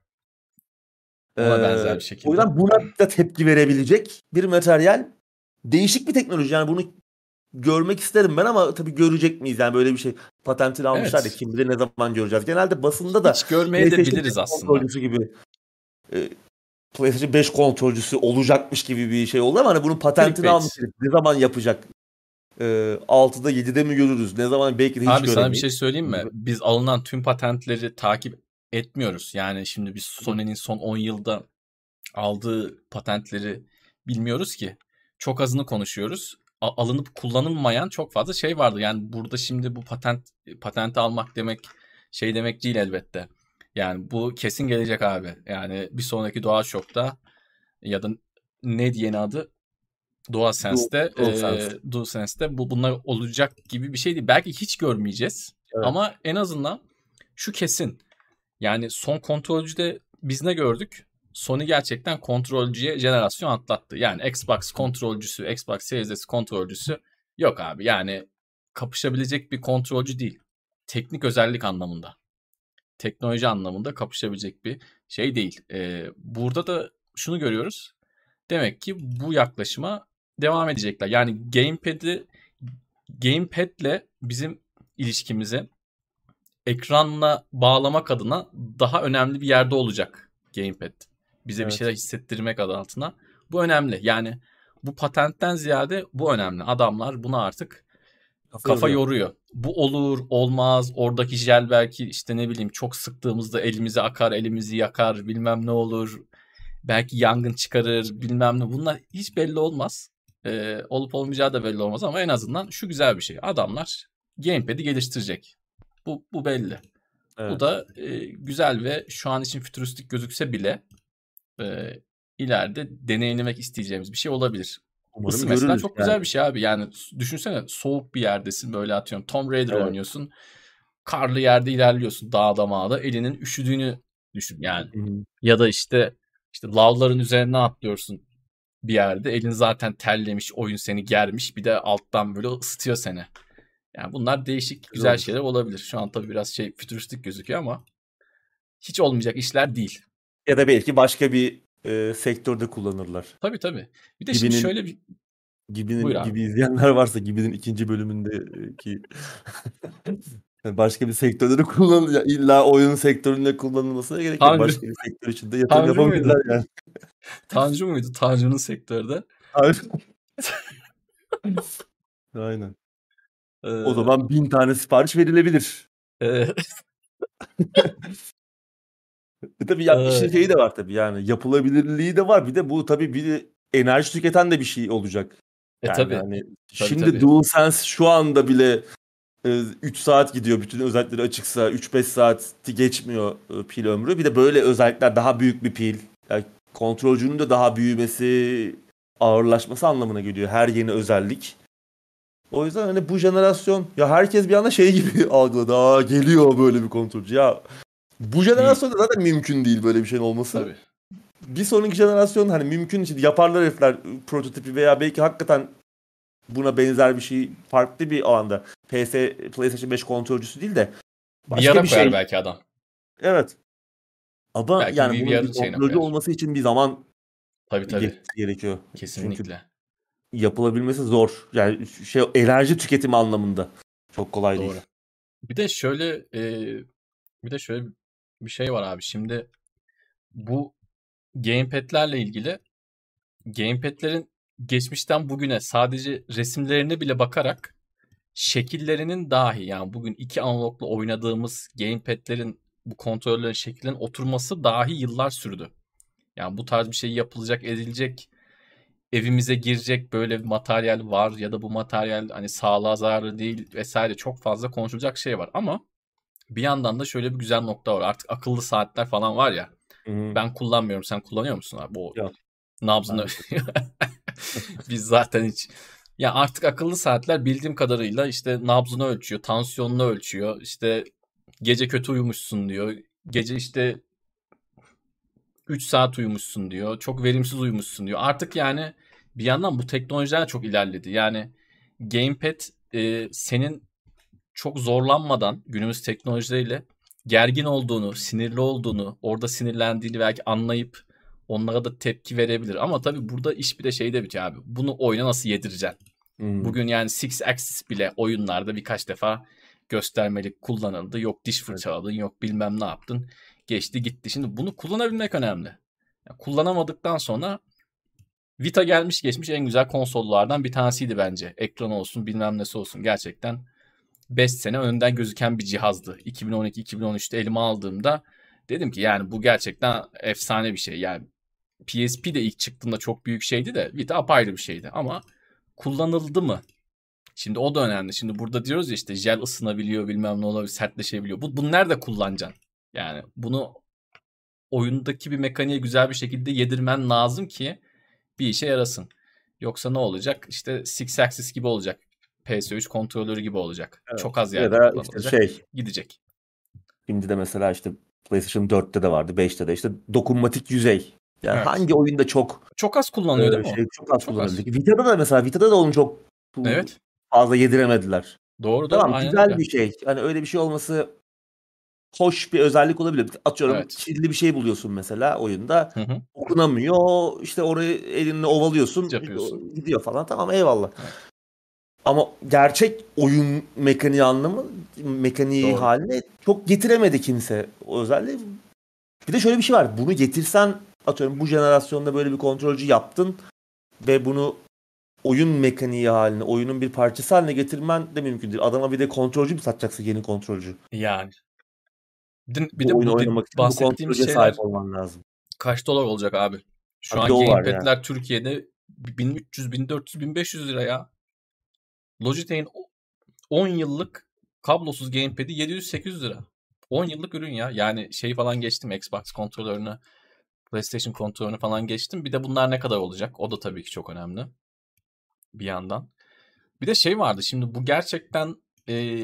Ona benzer Ee, bir o şekilde. yüzden buna da tepki verebilecek bir materyal. Değişik bir teknoloji, yani bunu görmek isterim ben ama tabii görecek miyiz? Yani böyle bir şey patentini almışlar da Evet. kim bilir ne zaman göreceğiz. Genelde basında da Hiç görmeye de PlayStation beş biliriz aslında. kontrolcüsü gibi, e, PlayStation beş kontrolcüsü olacakmış gibi bir şey oldu ama hani bunun patentini almış Clickbait. herif. Ne zaman yapacak? E, altıda yedide mi görürüz? Ne zaman, belki de hiç Abi sana bir göremeyiz. şey söyleyeyim mi? Biz alınan tüm patentleri takip etmiyoruz. Yani şimdi biz Sony'nin son on yılda aldığı patentleri bilmiyoruz ki. Çok azını konuşuyoruz. A- alınıp kullanılmayan çok fazla şey vardı. Yani burada şimdi bu patent patenti almak demek şey demek değil elbette. Yani bu kesin gelecek abi. Yani bir sonraki DualShock'ta ya da ne diyeni adı, Du- DualSense'de, e, DualSense. DualSense'de bu bunlar olacak gibi bir şey değil. Belki hiç görmeyeceğiz. Evet. Ama en azından şu kesin. Yani son kontrolcüde biz ne gördük? Sony gerçekten kontrolcüye jenerasyon atlattı. Yani Xbox kontrolcüsü, Xbox Series S kontrolcüsü yok abi. Yani kapışabilecek bir kontrolcü değil. Teknik özellik anlamında, teknoloji anlamında kapışabilecek bir şey değil. Ee, burada da şunu görüyoruz. Demek ki bu yaklaşıma devam edecekler. Yani gamepad'i gamepad'le bizim ilişkimizi ekranla bağlamak adına daha önemli bir yerde olacak gamepad. Bize bir şeyler Evet. hissettirmek adı altına. Bu önemli. Yani bu patentten ziyade bu önemli. Adamlar buna artık Kafa kafa yoruyor. yoruyor. Bu olur, olmaz. Oradaki jel belki işte ne bileyim çok sıktığımızda elimize akar, elimizi yakar, bilmem ne olur. Belki yangın çıkarır, bilmem ne. Bunlar hiç belli olmaz. Ee, olup olmayacağı da belli olmaz ama en azından şu güzel bir şey. Adamlar gamepad'i geliştirecek. Bu, bu belli. Bu Evet. da e, güzel ve şu an için fütüristik gözükse bile e, ileride deneyimlemek isteyeceğimiz bir şey olabilir. Umarım Isı mesela görürüz çok yani. güzel bir şey abi. Yani düşünsene, soğuk bir yerdesin, böyle atıyorum Tomb Raider Evet. oynuyorsun. Karlı yerde ilerliyorsun, dağda mağda, elinin üşüdüğünü düşün yani. Hı hı. Ya da işte işte lavların üzerine atlıyorsun bir yerde. Elin zaten terlemiş, oyun seni germiş. Bir de alttan böyle ısıtıyor seni. Yani bunlar değişik, Güzel güzel olur. şeyler olabilir. Şu an tabii biraz şey fütüristik gözüküyor ama hiç olmayacak işler değil. Ya da belki başka bir e, sektörde kullanırlar. Tabii tabii. Bir de şimdi Gibi'nin şöyle bir... Buyur Gibi'nin abi. gibi izleyenler varsa Gibi'nin ikinci bölümündeki başka bir sektörde de kullanılıyor. İlla oyun sektöründe kullanılmasına gerek yok. Tanrı, Başka bir sektör için de yatırım Tanrı yapabilirler muydu? yani. Tanrı muydu? Tanrı'nın sektörde. Aynen. O Ee, zaman bin tane sipariş verilebilir. e, E tabii ya işin e, şeyi de var tabii, yani yapılabilirliği de var. Bir de bu tabii bir de enerji tüketen de bir şey olacak. e Yani tabii. hani Tabii şimdi tabii. DualSense şu anda bile üç saat gidiyor. Bütün özellikleri açıksa üç beş saati geçmiyor e, pil ömrü. Bir de böyle özellikler, daha büyük bir pil. Yani kontrolcünün de daha büyümesi, ağırlaşması anlamına geliyor her yeni özellik. O yüzden hani bu jenerasyon, ya herkes bir anda şey gibi algıladı. Aa, geliyor böyle bir kontrolcü. Ya bu Değil. jenerasyonda zaten mümkün değil böyle bir şeyin olması. Tabii. Bir sonraki jenerasyon hani mümkün için yaparlar herifler prototipi veya belki hakikaten buna benzer bir şey farklı bir alanda. P S, PlayStation beş kontrolcüsü değil de V başka R'a bir koyar şey. belki adam. Evet. Ama Belki yani bunun bir V R şeyine kontrolcü koyar. olması için bir zaman Tabii tabii. geçmesi gerekiyor. Çünkü Kesinlikle. yapılabilmesi zor. Yani şey, enerji tüketimi anlamında çok kolay değil. Doğru. Bir de şöyle e, bir de şöyle bir şey var abi. Şimdi bu gamepad'lerle ilgili, gamepad'lerin geçmişten bugüne sadece resimlerine bile bakarak şekillerinin dahi, yani bugün iki analogla oynadığımız gamepad'lerin bu kontrollerin şekillerin oturması dahi yıllar sürdü. Yani bu tarz bir şey yapılacak, edilecek, evimize girecek böyle bir materyal var ya da bu materyal hani sağlığa zararlı değil vesaire, çok fazla konuşulacak şey var. Ama bir yandan da şöyle bir güzel nokta var. Artık akıllı saatler falan var ya. Hı-hı. Ben kullanmıyorum. Sen kullanıyor musun abi? O Yok. nabzını biz zaten hiç. Ya artık akıllı saatler bildiğim kadarıyla işte nabzını ölçüyor, tansiyonunu ölçüyor. İşte gece kötü uyumuşsun diyor. Gece işte üç saat uyumuşsun diyor. Çok verimsiz uyumuşsun diyor. Artık yani bir yandan bu teknolojiler çok ilerledi. Yani gamepad e, senin çok zorlanmadan günümüz teknolojileriyle gergin olduğunu, sinirli olduğunu, orada sinirlendiğini belki anlayıp onlara da tepki verebilir. Ama tabii burada iş bir de şeyde bitiyor abi. Bunu oyuna nasıl yedireceksin? Hmm. Bugün yani Six Axis bile oyunlarda birkaç defa göstermelik kullanıldı. Yok diş fırçaladın, yok bilmem ne yaptın. Geçti gitti. Şimdi bunu kullanabilmek önemli. Yani kullanamadıktan sonra Vita gelmiş geçmiş en güzel konsollardan bir tanesiydi bence. Ekran olsun bilmem nesi olsun. Gerçekten beş sene önden gözüken bir cihazdı. iki bin on iki iki bin on üçte elime aldığımda dedim ki yani bu gerçekten efsane bir şey. Yani P S P de ilk çıktığında çok büyük şeydi de Vita apayrı bir şeydi. Ama kullanıldı mı? Şimdi o da önemli. Şimdi burada diyoruz ya işte jel ısınabiliyor bilmem ne olabilir, sertleşebiliyor. Bu, bunu nerede kullanacaksın? Yani bunu oyundaki bir mekaniğe güzel bir şekilde yedirmen lazım ki bir işe yarasın. Yoksa ne olacak? İşte Six Axis gibi olacak. P S üç kontrolörü gibi olacak. Evet. Çok az Ya yerde da kullanılacak. işte şey, Gidecek. şimdi de mesela işte PlayStation dörtte de vardı, beşte de işte dokunmatik yüzey. Yani Evet. hangi oyunda çok Çok az kullanılıyor değil e, mi o? şey çok az Çok az. kullanıldı. Vita'da da mesela Vita'da da onu çok Evet. fazla yediremediler. Doğru doğru. Tamam, Aynen güzel öyle. bir şey. Hani öyle bir şey olması hoş bir özellik olabilir. Atıyorum Evet. kirli bir şey buluyorsun mesela oyunda. Hı hı. Okunamıyor. İşte orayı elinle ovalıyorsun. Yapıyorsun. Gidiyor falan. Tamam, eyvallah. Evet. Ama gerçek oyun mekaniği anlamı, mekaniği Doğru. haline çok getiremedi kimse o özelliği. Bir de şöyle bir şey var. Bunu getirsen, atıyorum bu jenerasyonda böyle bir kontrolcü yaptın ve bunu oyun mekaniği haline, oyunun bir parçası haline getirmen de mümkün değil. Adama bir de kontrolcü mü satacaksın, yeni kontrolcü? Yani. Bir de, bir Bu de oyunu bu de- oynamak için bu bahsettiğimiz kontrolcüye sahip şeyler olman lazım. kaç dolar olacak abi? Şu Ha, bir de an o var yani. gamepad'ler Türkiye'de bin üç yüz, bin dört yüz, bin beş yüz lira ya. Logitech'in on yıllık kablosuz gamepad'i yedi yüz sekiz yüz lira. on yıllık ürün ya. Yani şey falan geçtim, Xbox kontrolörünü, PlayStation kontrolörünü falan geçtim. Bir de bunlar ne kadar olacak? O da tabii ki çok önemli bir yandan. Bir de şey vardı, şimdi bu gerçekten e,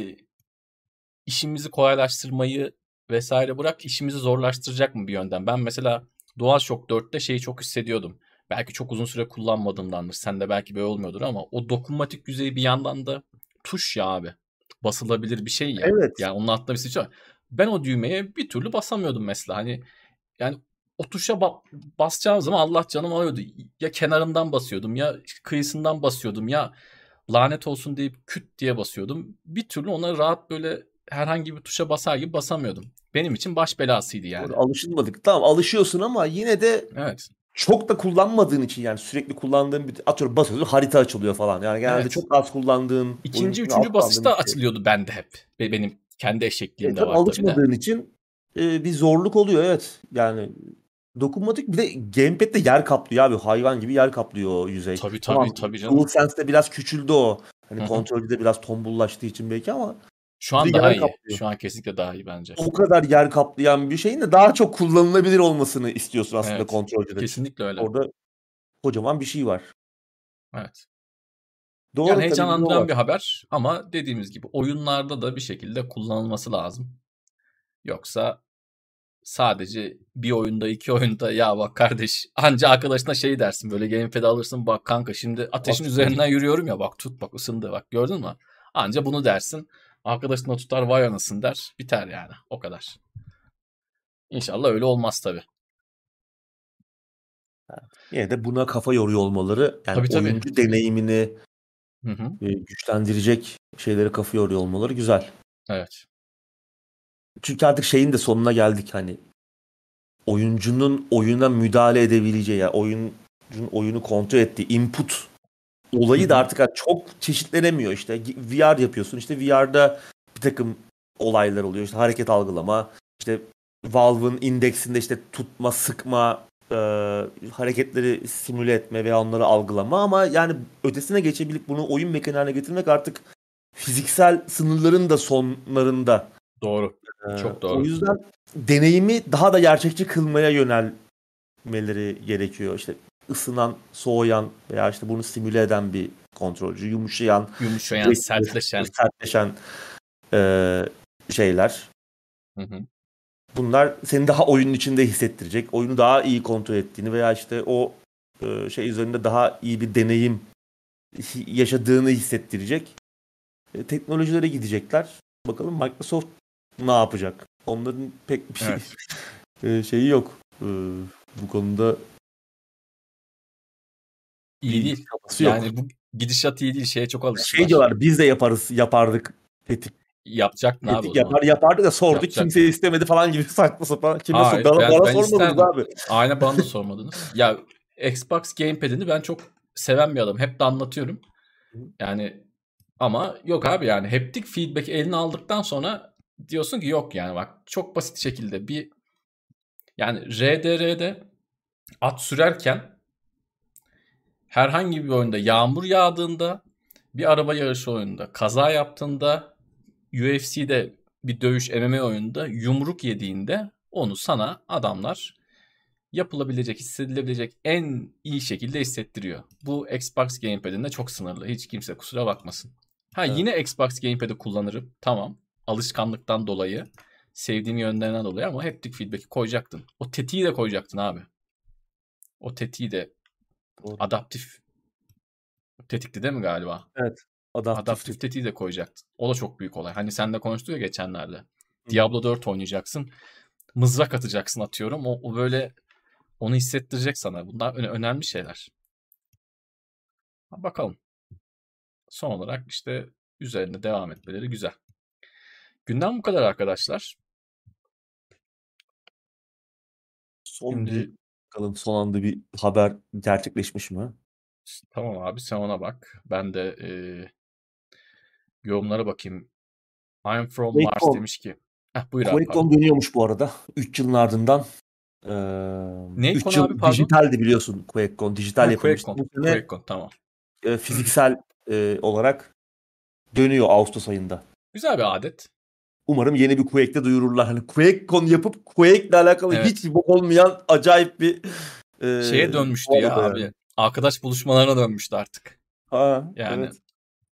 işimizi kolaylaştırmayı vesaire bırak, işimizi zorlaştıracak mı bir yönden? Ben mesela DualShock dörtte şeyi çok hissediyordum. Belki çok uzun süre kullanmadığımdandır. Sende belki böyle olmuyordur ama o dokunmatik yüzeyi bir yandan da tuş ya abi. Basılabilir bir şey ya. Evet. Yani onun altında bir şey var. Ben o düğmeye bir türlü basamıyordum mesela. Hani yani o tuşa ba- basacağım zaman Allah canım alıyordu. Ya kenarından basıyordum ya kıyısından basıyordum ya lanet olsun deyip küt diye basıyordum. Bir türlü ona rahat böyle herhangi bir tuşa basar gibi basamıyordum. Benim için baş belasıydı yani. Orada alışılmadık. Tamam, alışıyorsun ama yine de Evet. çok da kullanmadığın için, yani sürekli kullandığın bir, atıyorum basıyorsun harita açılıyor falan. Yani genelde Evet. çok az kullandığın, oyun İkinci, içinde az üçüncü kullandığın basışta bir şey. açılıyordu bende hep. Ve benim kendi E, eşekliğim de tabii var tabii de. alışmadığın için e, bir zorluk oluyor, evet. Yani dokunmatik, bir de gamepad'de yer kaplıyor abi. Hayvan gibi yer kaplıyor o yüzey. Tabii tabii Tamam, tabii canım. DualSense'de biraz küçüldü o. Hani Hı hı. kontrolde biraz tombullaştığı için belki, ama Şu bir an de daha yer iyi. kaplıyor. Şu an kesinlikle daha iyi bence. O kadar yer kaplayan bir şeyin de daha çok kullanılabilir olmasını istiyorsun aslında Evet. kontrolcüde. Kesinlikle öyle. Orada kocaman bir şey var. Evet. Yani Doğru, tabii, bir de o heyecanlandıran var. bir haber ama dediğimiz gibi oyunlarda da bir şekilde kullanılması lazım. Yoksa sadece bir oyunda iki oyunda ya bak kardeş, anca arkadaşına şey dersin, böyle gamepad alırsın, bak kanka şimdi ateşin Haklısın. üzerinden yürüyorum ya, bak tut bak ısındı bak gördün mü? Anca bunu dersin. Arkadaşına tutar vay anasın der, biter yani, o kadar. İnşallah öyle olmaz tabii. Yine de buna kafa yoruyor olmaları, yani Tabii tabii. oyuncu deneyimini Hı hı. e, güçlendirecek şeylere kafa yoruyor olmaları güzel. Evet. Çünkü artık şeyin de sonuna geldik, hani oyuncunun oyuna müdahale edebileceği, yani oyuncunun oyunu kontrol ettiği input Hı olayı da hı. artık hani çok çeşitlenemiyor. İşte V R yapıyorsun, işte V R'da bir takım olaylar oluyor, işte hareket algılama, işte Valve'ın indeksinde işte tutma, sıkma, e, hareketleri simüle etme veya onları algılama, ama yani ötesine geçebilip bunu oyun mekaniğine getirmek artık fiziksel sınırların da sonlarında. Doğru. E, Çok o doğru. yüzden deneyimi daha da gerçekçi kılmaya yönelmeleri gerekiyor. İşte ısınan, soğuyan veya işte bunu simüle eden bir kontrolcü, yumuşayan, Yumuşayan, sertleşen. sertleşen e, şeyler. Hı hı. Bunlar seni daha oyunun içinde hissettirecek, oyunu daha iyi kontrol ettiğini veya işte o e, şey üzerinde daha iyi bir deneyim yaşadığını hissettirecek e, teknolojilere gidecekler. Bakalım Microsoft ne yapacak? Onların pek bir Evet. e, şeyi yok. E, bu konuda İyi bir değil. çabası yok. Yani bu gidişat iyi değil. Şeye çok Şey alıştılar. diyorlar, biz de yaparız, yapardık. Tetik, Yapacaktın abi o tetik zaman. yapar yapardık da sorduk, Yapacaktın. kimse istemedi falan gibi saçma sapan. Kime sor? Hayır. Bana, Ben, bana ben sormadınız isterdim. abi. Aynen, bana da sormadınız. Ya Xbox Gamepad'ini ben çok seven bir adamım. Hep de anlatıyorum. Yani ama yok abi, yani haptic feedback eline aldıktan sonra diyorsun ki yok, yani bak çok basit şekilde bir, yani R D R'de at sürerken herhangi bir oyunda yağmur yağdığında, bir araba yarışı oyununda kaza yaptığında, U F C'de bir dövüş M M A oyununda yumruk yediğinde onu sana adamlar yapılabilecek, hissedilebilecek en iyi şekilde hissettiriyor. Bu Xbox Gamepad'inde çok sınırlı. Hiç kimse kusura bakmasın. Ha, Evet. yine Xbox Gamepad'i kullanırım. Tamam. Alışkanlıktan dolayı, sevdiğim yönlerinden dolayı, ama haptic feedback'i koyacaktın. O tetiği de koyacaktın abi. O tetiği de Doğru. adaptif tetikti değil mi galiba? Evet. Adaptif, Adaptif tetiği de koyacaktın. O da çok büyük olay. Hani sen de konuştuk ya geçenlerde. Hı. Diablo dört oynayacaksın. Mızrak atacaksın atıyorum. O, o böyle onu hissettirecek sana. Bunlar öne- önemli şeyler. Bakalım. Son olarak işte üzerinde devam etmeleri güzel. Gündem bu kadar arkadaşlar. Son Şimdi bir bakalım, son anda bir haber gerçekleşmiş mi? tamam abi, sen ona bak. Ben de e, yorumlara bakayım. I'm from Mars QuakeCon, demiş ki. Heh, buyur abi, QuakeCon pardon. dönüyormuş bu arada. üç yılın ardından. Ney üç konu abi, yıl pardon? dijitaldi biliyorsun QuakeCon. Dijital Ha, yapılmıştı. QuakeCon. Bu sene QuakeCon, tamam. e, fiziksel e, olarak dönüyor Ağustos ayında. Güzel bir adet. Umarım yeni bir Quake'de duyururlar. Hani QuakeCon yapıp Quake'le alakalı hiç Evet. bok olmayan acayip bir Şeye e, dönmüştü bu ya arada yani. abi. Arkadaş buluşmalarına dönmüştü artık. Ha, Yani evet.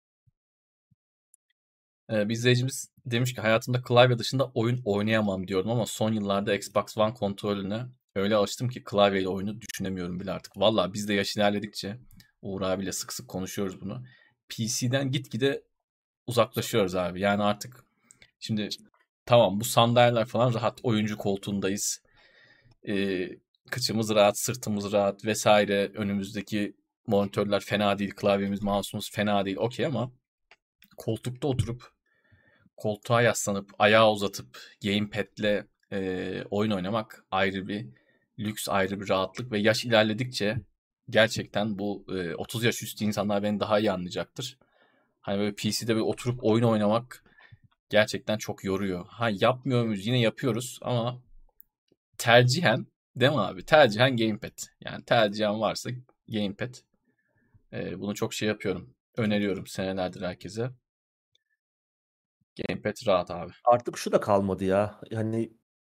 e, bir izleyicimiz demiş ki hayatımda klavye dışında oyun oynayamam diyorum, ama son yıllarda Xbox One kontrolüne öyle alıştım ki klavyeyle oyunu düşünemiyorum bile artık. Valla biz de yaş ilerledikçe, Uğur abiyle sık sık konuşuyoruz bunu, P C'den gitgide uzaklaşıyoruz abi. Yani artık şimdi tamam, bu sandalyeler falan rahat, oyuncu koltuğundayız. Ee, kıçımız rahat, sırtımız rahat vesaire. Önümüzdeki monitörler fena değil, klavyemiz, mouse'umuz fena değil. Okey, ama koltukta oturup, koltuğa yaslanıp, ayağı uzatıp, gamepad'le e, oyun oynamak ayrı bir lüks, ayrı bir rahatlık ve yaş ilerledikçe gerçekten bu e, otuz yaş üstü insanlar beni daha iyi anlayacaktır. Hani böyle P C'de bir oturup oyun oynamak gerçekten çok yoruyor. Ha, yapmıyor muyuz? Yine yapıyoruz ama tercihen, değil mi abi? Tercihen gamepad. Yani tercihen varsa gamepad. Ee, bunu çok şey yapıyorum. Öneriyorum senelerdir herkese. Gamepad rahat abi. Artık şu da kalmadı ya. Yani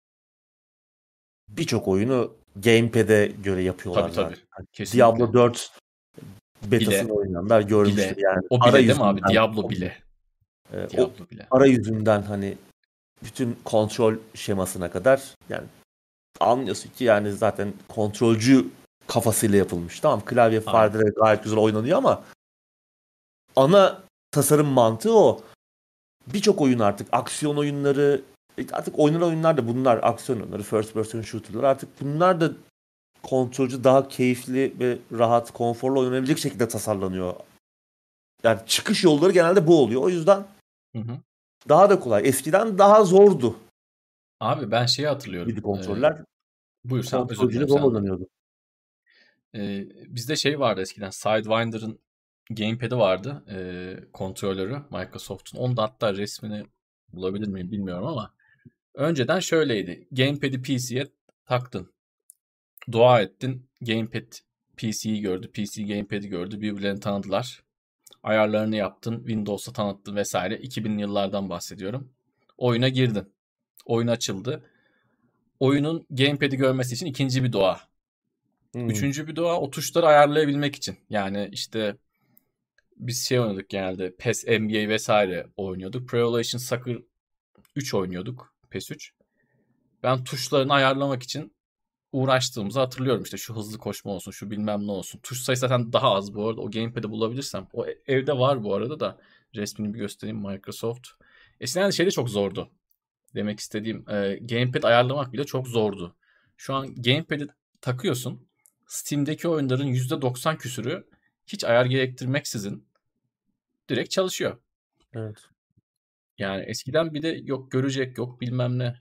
birçok oyunu gamepad'e göre yapıyorlar Tabii tabii. zaten. Hani Kesinlikle. Diablo dört betasını Bile. oynayanlar görmüştür Bile. yani. O bile değil mi abi? Arayüzünden Diablo bile. e, o Diablo bile. arayüzünden hani bütün kontrol şemasına kadar yani anlıyorsun ki yani zaten kontrolcü kafasıyla yapılmış. Tamam, klavye Aynen. farede gayet güzel oynanıyor ama ana tasarım mantığı o. Birçok oyun artık aksiyon oyunları, artık oynanan oyunlar da bunlar, aksiyon oyunları, first person shooter'lar, artık bunlar da kontrolcü daha keyifli ve rahat, konforlu oynanabilecek şekilde tasarlanıyor. Yani çıkış yolları genelde bu oluyor. O yüzden Hı hı. daha da kolay. Eskiden daha zordu Abi ben şeyi hatırlıyorum. gibi Ee, kontroller. buyur, sen, özür Kontrolcüyle dilerim, zor sen de. oynanıyordu. Ee, bizde şey vardı eskiden. Sidewinder'ın gamepad'i vardı. Ee, kontrolörü Microsoft'un. Onda hatta resmini bulabilir miyim bilmiyorum ama Önceden şöyleydi. Gamepad'i P C'ye taktın. Dua ettin. Gamepad P C'yi gördü. P C Gamepad'i gördü. Birbirlerini tanıdılar. Ayarlarını yaptın. Windows'a tanıttın vesaire. iki binli yıllardan bahsediyorum. Oyuna girdin. Oyun açıldı. Oyunun Gamepad'i görmesi için ikinci bir dua. Hmm. Üçüncü bir dua o tuşları ayarlayabilmek için. Yani işte biz şey oynadık genelde. P E S, N B A vesaire oynuyorduk. Pro Evolution Soccer üç oynuyorduk. P E S üç. Ben tuşlarını ayarlamak için uğraştığımızı hatırlıyorum. İşte şu hızlı koşma olsun, şu bilmem ne olsun. Tuş sayısı zaten daha az bu arada. O gamepad'i bulabilirsem. O evde var bu arada da. Resmini bir göstereyim. Microsoft. Eskiden şey de çok zordu. Demek istediğim e, gamepad ayarlamak bile çok zordu. Şu an gamepad'i takıyorsun. Steam'deki oyunların yüzde doksan küsürü hiç ayar gerektirmeksizin direkt çalışıyor. Evet. Yani eskiden bir de yok görecek, yok bilmem ne.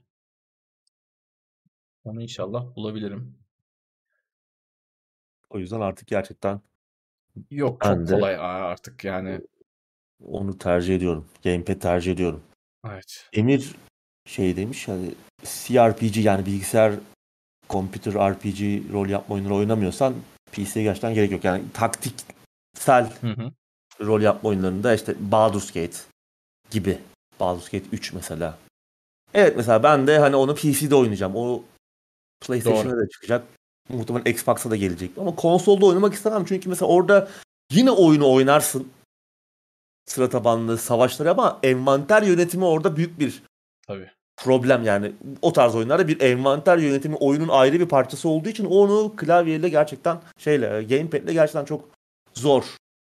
Onu inşallah bulabilirim. O yüzden artık gerçekten yok çok kolay artık yani. Onu tercih ediyorum. Gamepad tercih ediyorum. Evet. Emir şey demiş hani C R P G yani bilgisayar computer R P G rol yapma oyunları oynamıyorsan P C'ye gerçekten gerek yok. Yani taktiksel hı hı. rol yapma oyunlarında işte Baldur's Gate gibi. Baldur's Gate üç mesela. Evet mesela ben de hani onu P C'de oynayacağım. O PlayStation'a da çıkacak. Muhtemelen Xbox'a da gelecek. Ama konsolda oynamak istemem. Çünkü mesela orada yine oyunu oynarsın. Sıra tabanlı savaşları ama envanter yönetimi orada büyük bir Tabii. problem yani. O tarz oyunlarda bir envanter yönetimi oyunun ayrı bir parçası olduğu için onu klavyeyle gerçekten şeyle gamepad'le gerçekten çok zor.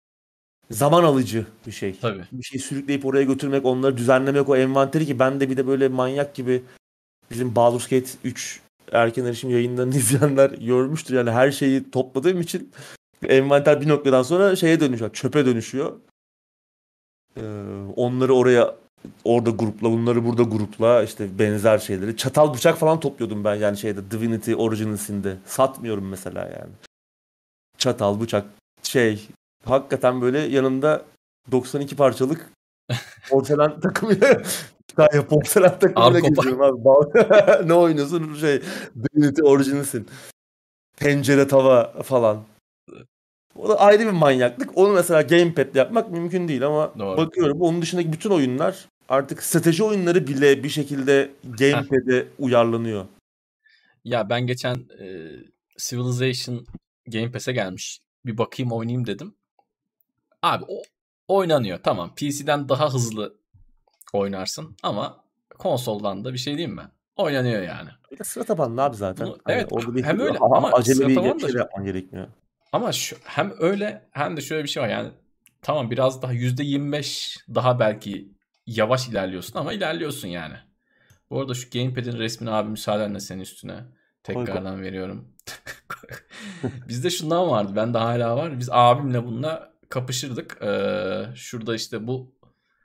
Zaman alıcı bir şey. Tabii. Bir şeyi sürükleyip oraya götürmek, onları düzenlemek, o envanteri ki ben de bir de böyle manyak gibi bizim Baldur's Gate üç erken erişim yayınlarını izleyenler görmüştür. Yani her şeyi topladığım için envanter bir noktadan sonra şeye dönüşüyor, çöpe dönüşüyor. Ee, onları oraya orada grupla, bunları burada grupla, işte benzer şeyleri. Çatal bıçak falan topluyordum ben yani şeyde Divinity Originals'inde. Satmıyorum mesela yani. Çatal bıçak şey hakikaten böyle yanında doksan iki parçalık porselen takımıyla ya porselen takımıyla geziyorum abi. Ne oynuyorsun? Şey Divinity Originals'in. Tencere tava falan. O da ayrı bir manyaklık. Onu mesela gamepad'le yapmak mümkün değil ama Doğru. bakıyorum onun dışındaki bütün oyunlar artık strateji oyunları bile bir şekilde gamepad'e uyarlanıyor. Ya ben geçen e, Civilization Game Pass'e gelmiş. Bir bakayım oynayayım dedim. Abi o oynanıyor tamam. P C'den daha hızlı oynarsın ama konsoldan da bir şey diyeyim mi? Oynanıyor yani. Bir de sıra tabanlı abi zaten. Bunu, hani evet orada bir hem öyle ha, ama acelevi sıra bir şey de yapman gerekmiyor. Ama şu, hem öyle hem de şöyle bir şey var yani tamam biraz daha yüzde yirmi beş daha belki yavaş ilerliyorsun ama ilerliyorsun yani. Bu arada şu gamepad'in resmini abi müsaadenle senin üstüne tekrardan koy, veriyorum. Bizde şundan vardı. Bende hala var. Biz abimle bununla kapışırdık. Ee, şurada işte bu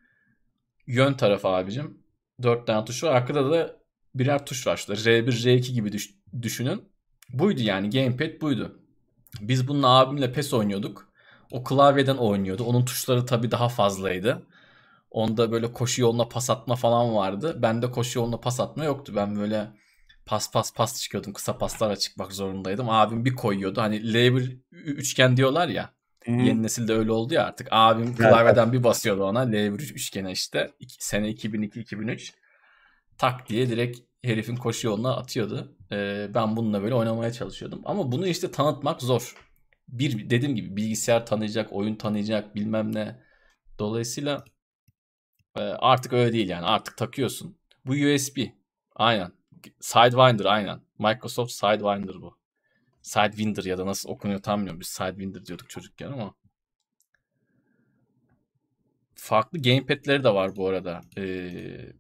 yön tarafı abicim. Dört tane tuş var. Arkada da birer tuş var. İşte R bir, R iki gibi düş- düşünün. Buydu yani. Gamepad buydu. Biz bununla abimle PES oynuyorduk. O klavyeden oynuyordu. Onun tuşları tabii daha fazlaydı. Onda böyle koşu yoluna pas atma falan vardı. Bende koşu yoluna pas atma yoktu. Ben böyle pas pas pas çıkıyordum. Kısa paslara çıkmak zorundaydım. Abim bir koyuyordu. Hani L bir üçgen diyorlar ya. Hmm. Yeni nesilde öyle oldu ya artık. Abim klavyeden bir basıyordu ona. L bir üçgene işte. Sene iki bin iki iki bin üç. Tak diye direkt herifin koşu yoluna atıyordu. Ee, ben bununla böyle oynamaya çalışıyordum. Ama bunu işte tanıtmak zor. Bir dediğim gibi bilgisayar tanıyacak, oyun tanıyacak bilmem ne. Dolayısıyla artık öyle değil yani. Artık takıyorsun. Bu U S B. Aynen. Sidewinder aynen. Microsoft Sidewinder bu. Sidewinder ya da nasıl okunuyor tam bilmiyorum. Biz Sidewinder diyorduk çocukken ama. Farklı gamepad'leri de var bu arada. Ee,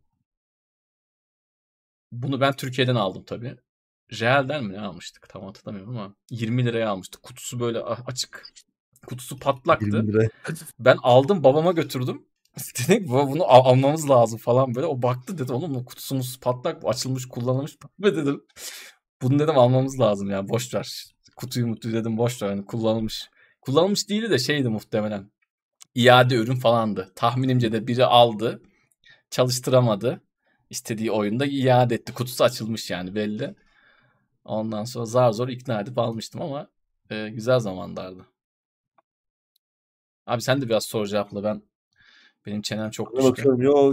bunu ben Türkiye'den aldım tabii. Real'den mi ne almıştık? Tam hatırlamıyorum ama yirmi liraya almıştık. Kutusu böyle açık. Kutusu patlaktı. Ben aldım babama götürdüm. Dedik bunu al- almamız lazım falan böyle. O baktı dedi oğlum bu kutusumuz patlak açılmış kullanılmış ve dedim. Bunu dedim almamız lazım ya boş ver. Kutuyu mutuyu dedim boş ver yani kullanılmış. Kullanılmış değildi de şeydi muhtemelen. İade ürün falandı. Tahminimce de biri aldı. Çalıştıramadı. istediği oyunda iade etti. Kutusu açılmış yani belli. Ondan sonra zar zor ikna edip almıştım ama e, güzel zamanlardı. Abi sen de biraz soru cevapla, ben benim çenem çok Bana düştü. bakıyorum yo.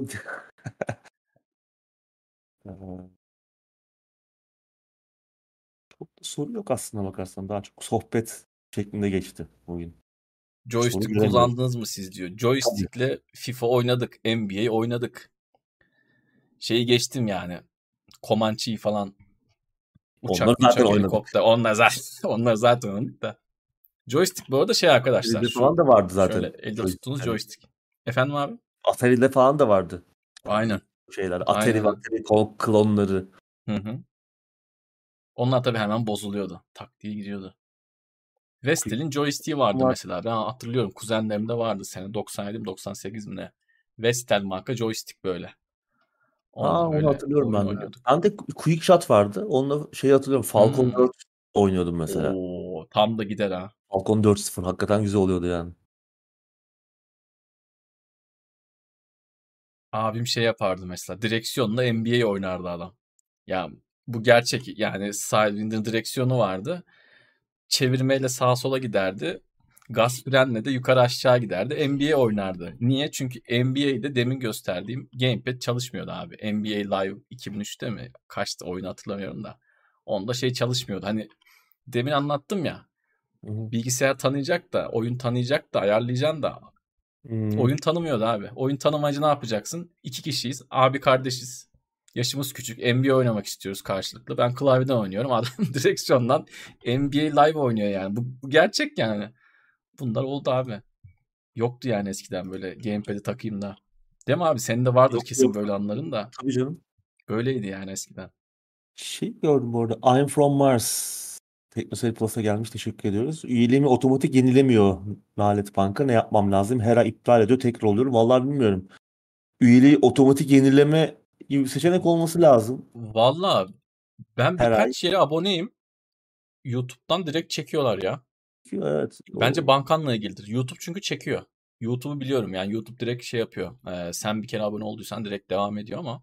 Çok da soru yok aslında bakarsan. Daha çok sohbet şeklinde geçti bugün. Soru Joystick göremiyorum. kullandınız mı siz diyor. Tabii. Joystick'le FIFA oynadık. N B A oynadık. Şeyi geçtim yani. Comanche'yi falan. Onlar Uçak, zaten uçak, oynadık. helikopter. Onlar zaten, onlar zaten oynadık da. Joystick bu arada şey arkadaşlar. Atari'de Şu falan da vardı şöyle zaten. elde Joystick. tuttuğunuz Hani joystick. Efendim abi? Atari'de falan da vardı. Aynen. Şeyler. Atari, Aynen. Atari klonları. Hı hı. Onlar tabii hemen bozuluyordu. Tak diye gidiyordu. Vestel'in joystick'i vardı Var. mesela. Ben hatırlıyorum. Kuzenlerimde vardı sene doksan yedi mi doksan sekiz mi ne? Vestel marka joystick böyle. Aa, Onunla onu böyle hatırlıyorum oyun ben de. oynuyorduk. Ben de Quick Shot vardı. Onunla şey hatırlıyorum. Falcon Hmm. dört oynuyordum mesela. Oo, tam da gider ha. Falcon dört sıfır hakikaten güzel oluyordu yani. Abim şey yapardı mesela. Direksiyonla N B A oynardı adam. Ya bu gerçek yani, Sidewinder direksiyonu vardı. Çevirmeyle sağa sola giderdi. Gaz frenle de yukarı aşağı giderdi. N B A oynardı. Niye? Çünkü N B A'de demin gösterdiğim gamepad çalışmıyordu abi. N B A Live iki bin üçte mi? Kaçtı oyunu hatırlamıyorum da. Onda şey çalışmıyordu. Hani demin anlattım ya. Hı hı. Bilgisayar tanıyacak da, oyun tanıyacak da, ayarlayacaksın da. Hı. Oyun tanımıyordu abi. Oyun tanımayınca ne yapacaksın? İki kişiyiz. Abi kardeşiz. Yaşımız küçük. N B A oynamak istiyoruz karşılıklı. Ben klavyeden oynuyorum. Adam direksiyondan N B A Live oynuyor yani. Bu, bu gerçek yani. Bunlar oldu abi. Yoktu yani eskiden böyle gamepad'i takayım da. Değil mi abi? Senin de vardır Yok kesin yok. böyle anların da. Tabii canım. Böyleydi yani eskiden. Şey gördüm bu arada. I'm from Mars. Teknoseyir Plus'a gelmiş. Teşekkür ediyoruz. Üyeliğimi otomatik yenilemiyor Nalet Banka. Ne yapmam lazım? Her ay iptal ediyor. Tekrar oluyorum. Vallahi bilmiyorum. Üyeliği otomatik yenileme gibi bir seçenek olması lazım. Valla ben Her ay. birkaç yere aboneyim. YouTube'dan direkt çekiyorlar ya. Evet. Bence O, bankanla ilgilidir. YouTube çünkü çekiyor. YouTube'u biliyorum yani, YouTube direkt şey yapıyor. Ee, sen bir kere abone olduysan direkt devam ediyor ama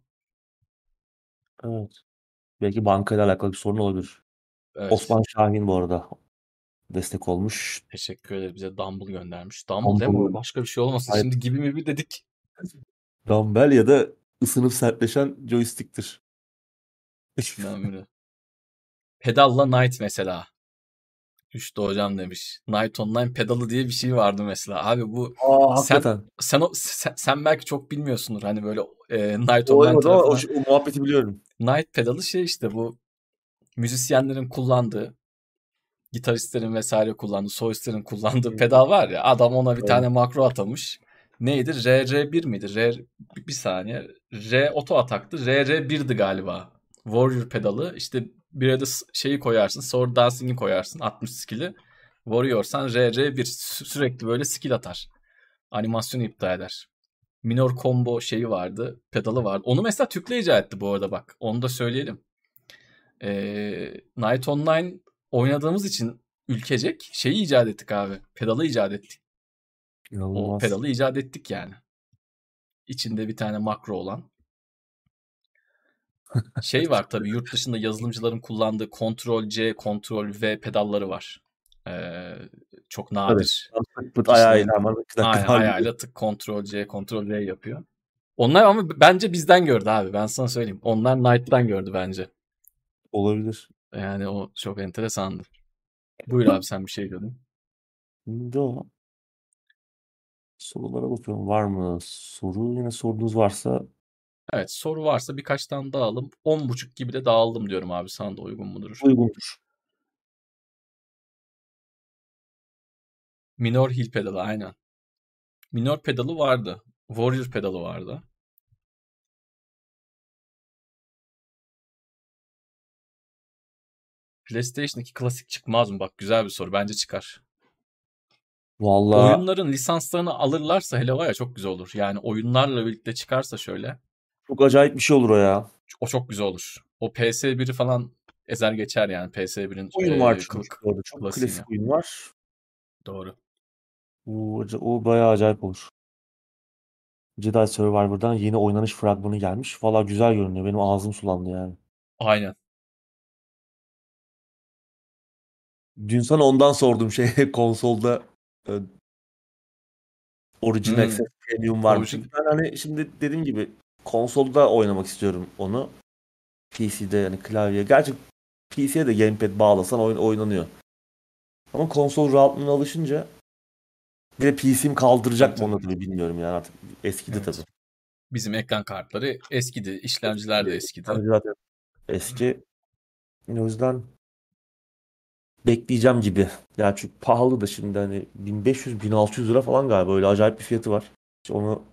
evet. Belki bankayla alakalı bir sorun olabilir. evet. Osman Şahin bu arada destek olmuş. Teşekkür ederiz, bize Dumble göndermiş. Dumble değil mi o? Dumbbell, Başka bir şey olmasın. hayır, Şimdi gibi mi bir dedik. dumbbell ya da ısınıp sertleşen joystick'tir. Önemli. Pedalla Night mesela. Rüştü hocam demiş. Night Online pedalı diye bir şey vardı mesela. Abi bu Aa, sen hakikaten. sen o sen, sen belki çok bilmiyorsundur. Hani böyle e, Night O Online oynamadım ama o, tarafına. o muhabbeti biliyorum. Night pedalı şey işte, bu müzisyenlerin kullandığı, gitaristlerin vesaire kullandığı, solistlerin kullandığı Hı, pedal var ya. Adam ona bir evet. tane makro atamış. Neydi? R R bir miydi? R, bir bir saniye. R auto ataktı. R R birdi galiba. Warrior pedalı. İşte bir de şeyi koyarsın. Sword Dancing'i koyarsın. altmış skill'i. Warrior'san R R bir. Sü- sürekli böyle skill atar. Animasyonu iptal eder. Minor combo şeyi vardı. Pedalı vardı. Onu mesela Türk'le icat etti bu arada bak. Onu da söyleyelim. Ee, Night Online oynadığımız için ülkecek şeyi icat ettik abi. Pedalı icat ettik. O İnanılmaz. pedalı icat ettik yani. İçinde bir tane makro olan. Şey var tabii, yurt dışında yazılımcıların kullandığı Ctrl C, Ctrl V pedalları var. Ee, çok Tabii. nadir Pıt pıt ayağıyla kişilerin hemen iki aynen dakikada hallediyor. ayağıyla tık Ctrl C, Ctrl V yapıyor. Onlar ama bence bizden gördü abi. Ben sana söyleyeyim. Onlar Knight'tan gördü bence. Olabilir. Yani o çok enteresandı. Buyur abi, sen bir şey diyordun. Şimdi o sorulara bakıyorum. Var mı soru? Yine sorunuz varsa Evet, soru varsa birkaç tane daha alalım. On buçuk gibi de dağıldım diyorum abi. Sana da uygun mudur? uygundur. Minor Hill pedalı aynen. Minor pedalı vardı. Warrior pedalı vardı. PlayStation iki klasik çıkmaz mı? Bak güzel bir soru. Bence çıkar. Valla Oyunların lisanslarını alırlarsa hele var ya, çok güzel olur. Yani oyunlarla birlikte çıkarsa şöyle. çok acayip bir şey olur o ya. O çok güzel olur. O P S biri falan ezer geçer yani. P S birin Oyun var e, çünkü kılık orada. Çok klasiğini. klasik oyun var. Doğru. O, o bayağı acayip olur. Jedi Survivor'dan yeni oynanış fragmanı gelmiş. Valla güzel görünüyor. Benim ağzım sulandı yani. Aynen. Dün sana ondan sordum şey konsolda e, Origin Hmm. Access Premium var mı? Çünkü Origin. ben hani şimdi dediğim gibi konsolda oynamak istiyorum onu. P C'de yani klavye. Gerçi P C'ye de gamepad bağlasan oyun oynanıyor. Ama konsol rahatlığına alışınca bir de P C'm Tabii kaldıracak mı tabii. onu tabii bilmiyorum yani artık eskidi tabii. Evet. Bizim ekran kartları eskidi. İşlemciler de eskidi. Tabii zaten eski. O yüzden bekleyeceğim gibi. Yani çünkü pahalı da şimdi hani bin beş yüz bin altı yüz lira falan galiba öyle acayip bir fiyatı var. İşte onu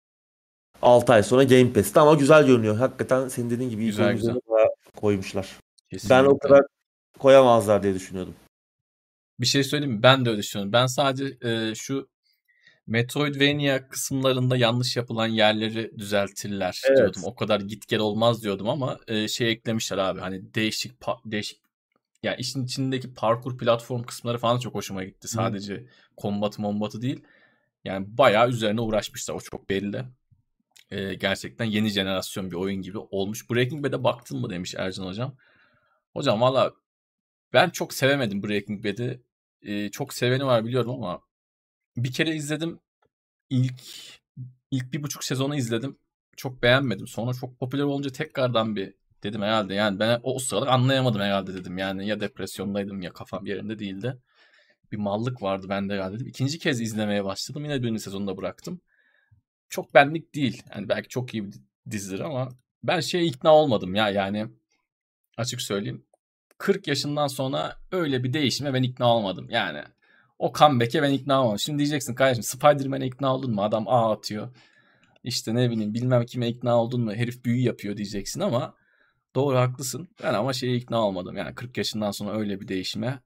altı ay sonra Game Pass'te ama güzel görünüyor. Hakikaten senin dediğin gibi ilk oyun Güzel güzel. üzerine bayağı koymuşlar. Ben o Kesinlikle. kadar koyamazlar diye düşünüyordum. Bir şey söyleyeyim mi? Ben de öyle düşünüyorum. Ben sadece e, şu Metroidvania kısımlarında yanlış yapılan yerleri düzeltirler diyordum. Evet. O kadar git gel olmaz diyordum ama e, şey eklemişler abi. Hani değişik pa- değişik yani işin içindeki parkur platform kısımları falan çok hoşuma gitti. Hı. Sadece kombatı mombatı değil. Yani bayağı üzerine uğraşmışlar. O çok belli. E, gerçekten yeni jenerasyon bir oyun gibi olmuş. Breaking Bad'e baktın mı demiş Ercan hocam. Hocam valla ben çok sevemedim Breaking Bad'i. E, çok seveni var biliyorum ama bir kere izledim. İlk ilk bir buçuk sezonu izledim. Çok beğenmedim. Sonra çok popüler olunca tekrardan bir dedim herhalde. Yani ben o, o sıralar anlayamadım herhalde dedim. Yani ya depresyondaydım ya kafam yerinde değildi. Bir mallık vardı bende herhalde dedim. İkinci kez izlemeye başladım. Yine birinci sezonda bıraktım. Çok benlik değil. Yani belki çok iyi bir dizidir ama ben şeye ikna olmadım ya yani açık söyleyeyim. kırk yaşından sonra öyle bir değişime ben ikna olmadım. Yani o comeback'e ben ikna olmadım. Şimdi diyeceksin kardeşim Spider-Man'e ikna oldun mu? Adam ağ atıyor. İşte ne bileyim bilmem kime ikna oldun mu? Herif büyü yapıyor diyeceksin ama doğru haklısın. Ben ama şeye ikna olmadım. Yani kırk yaşından sonra öyle bir değişime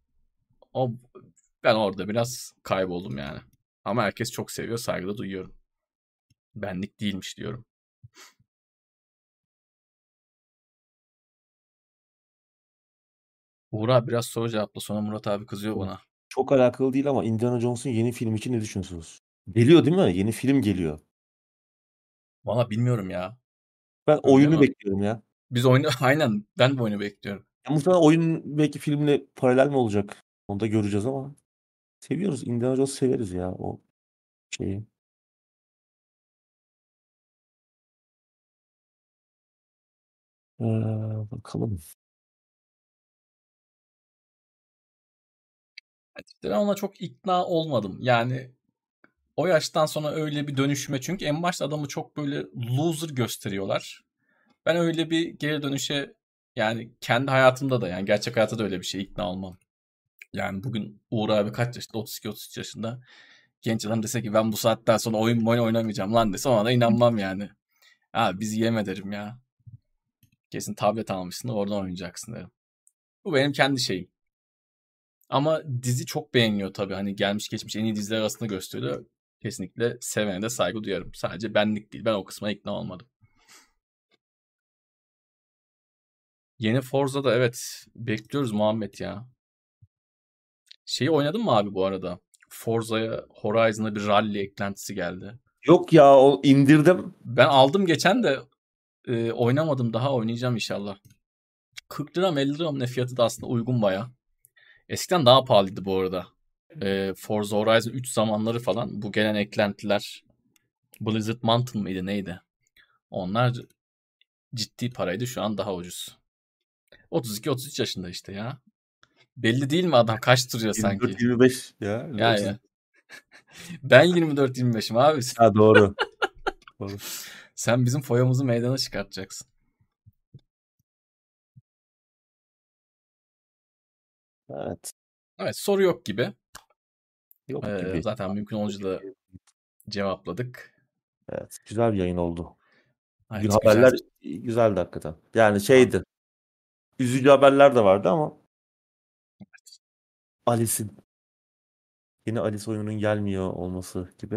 o ben orada biraz kayboldum yani. Ama herkes çok seviyor, saygı da duyuyorum. Benlik değilmiş diyorum. Uğur abi biraz soru cevapla sonra Murat abi kızıyor bana. Çok alakalı değil ama Indiana Jones'un yeni film için ne düşünüyorsunuz? Geliyor değil mi? Yeni film geliyor. Valla bilmiyorum ya. Ben Öyle oyunu mi? bekliyorum ya. Biz oyunu aynen ben de oyunu bekliyorum. Ya muhtemelen oyun belki filmle paralel mi olacak? Onu da göreceğiz ama seviyoruz. Indiana Jones severiz ya o şeyi. Ee, bakalım. Ben ona çok ikna olmadım. Yani o yaştan sonra öyle bir dönüşüme çünkü en başta adamı çok böyle loser gösteriyorlar. Ben öyle bir geri dönüşe yani kendi hayatımda da yani gerçek hayatta da öyle bir şey ikna olmam. Yani bugün Uğur abi kaç yaşında? otuz iki otuz üç yaşında. Genç adam dese ki ben bu saatten sonra oyun oyun oynamayacağım lan dese ona da inanmam yani. Ha bizi yeme derim ya. Kesin tablet almışsın da oradan oynayacaksın derim. Bu benim kendi şeyim. Ama dizi çok beğeniliyor tabii. Hani gelmiş geçmiş en iyi diziler arasında gösteriyor. Kesinlikle sevene de saygı duyarım. Sadece benlik değil. Ben o kısma ikna olmadım. Yeni Forza'da evet bekliyoruz Muhammed ya. Şeyi oynadın mı abi bu arada? Forza'ya Horizon'a bir rally eklentisi geldi. Yok ya o indirdim. Ben aldım geçen de e, oynamadım daha oynayacağım inşallah. kırk lira mı elli lira mı ne fiyatı da aslında uygun baya. Eskiden daha pahalıydı bu arada. E, Forza Horizon üç zamanları falan bu gelen eklentiler Blizzard Mountain mıydı neydi? Onlar ciddi paraydı şu an daha ucuz. otuz iki otuz üç yaşında işte ya. Belli değil mi adam kaç duruyor sanki? yirmi dört yirmi beş ya. Ya otuz. ya. Ben yirmi dört yirmi beşim abi. Ha doğru. Doğru. Sen bizim foyamızı meydana çıkartacaksın. Evet. Evet soru yok gibi. Yok Ee, gibi. zaten mümkün olunca da cevapladık. Evet. Güzel bir yayın oldu. Bugün Evet güzel. haberler güzeldi hakikaten. Yani Ha, şeydi. Üzücü haberler de vardı ama Alice'in yeni Alice oyununun gelmiyor olması gibi.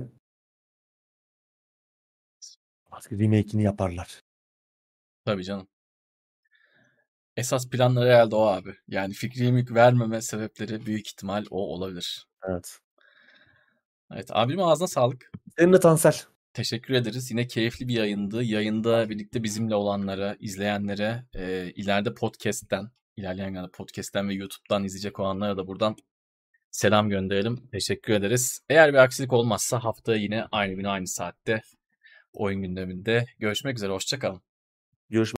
Artık remake'ini yaparlar. tabii canım. Esas planları herhalde o abi. Yani fikri mülk vermeme sebepleri büyük ihtimal o olabilir. Evet. Evet abim ağzına sağlık. Senin de Tansel. teşekkür ederiz. Yine keyifli bir yayındı. Yayında birlikte bizimle olanlara, izleyenlere, e, ileride podcast'ten, ilerleyen günlerde podcast'ten ve YouTube'dan izleyecek olanlara da buradan selam gönderelim. Teşekkür ederiz. Eğer bir aksilik olmazsa haftaya yine aynı gün aynı saatte oyun gündeminde görüşmek üzere. Hoşça kalın. Görüşmek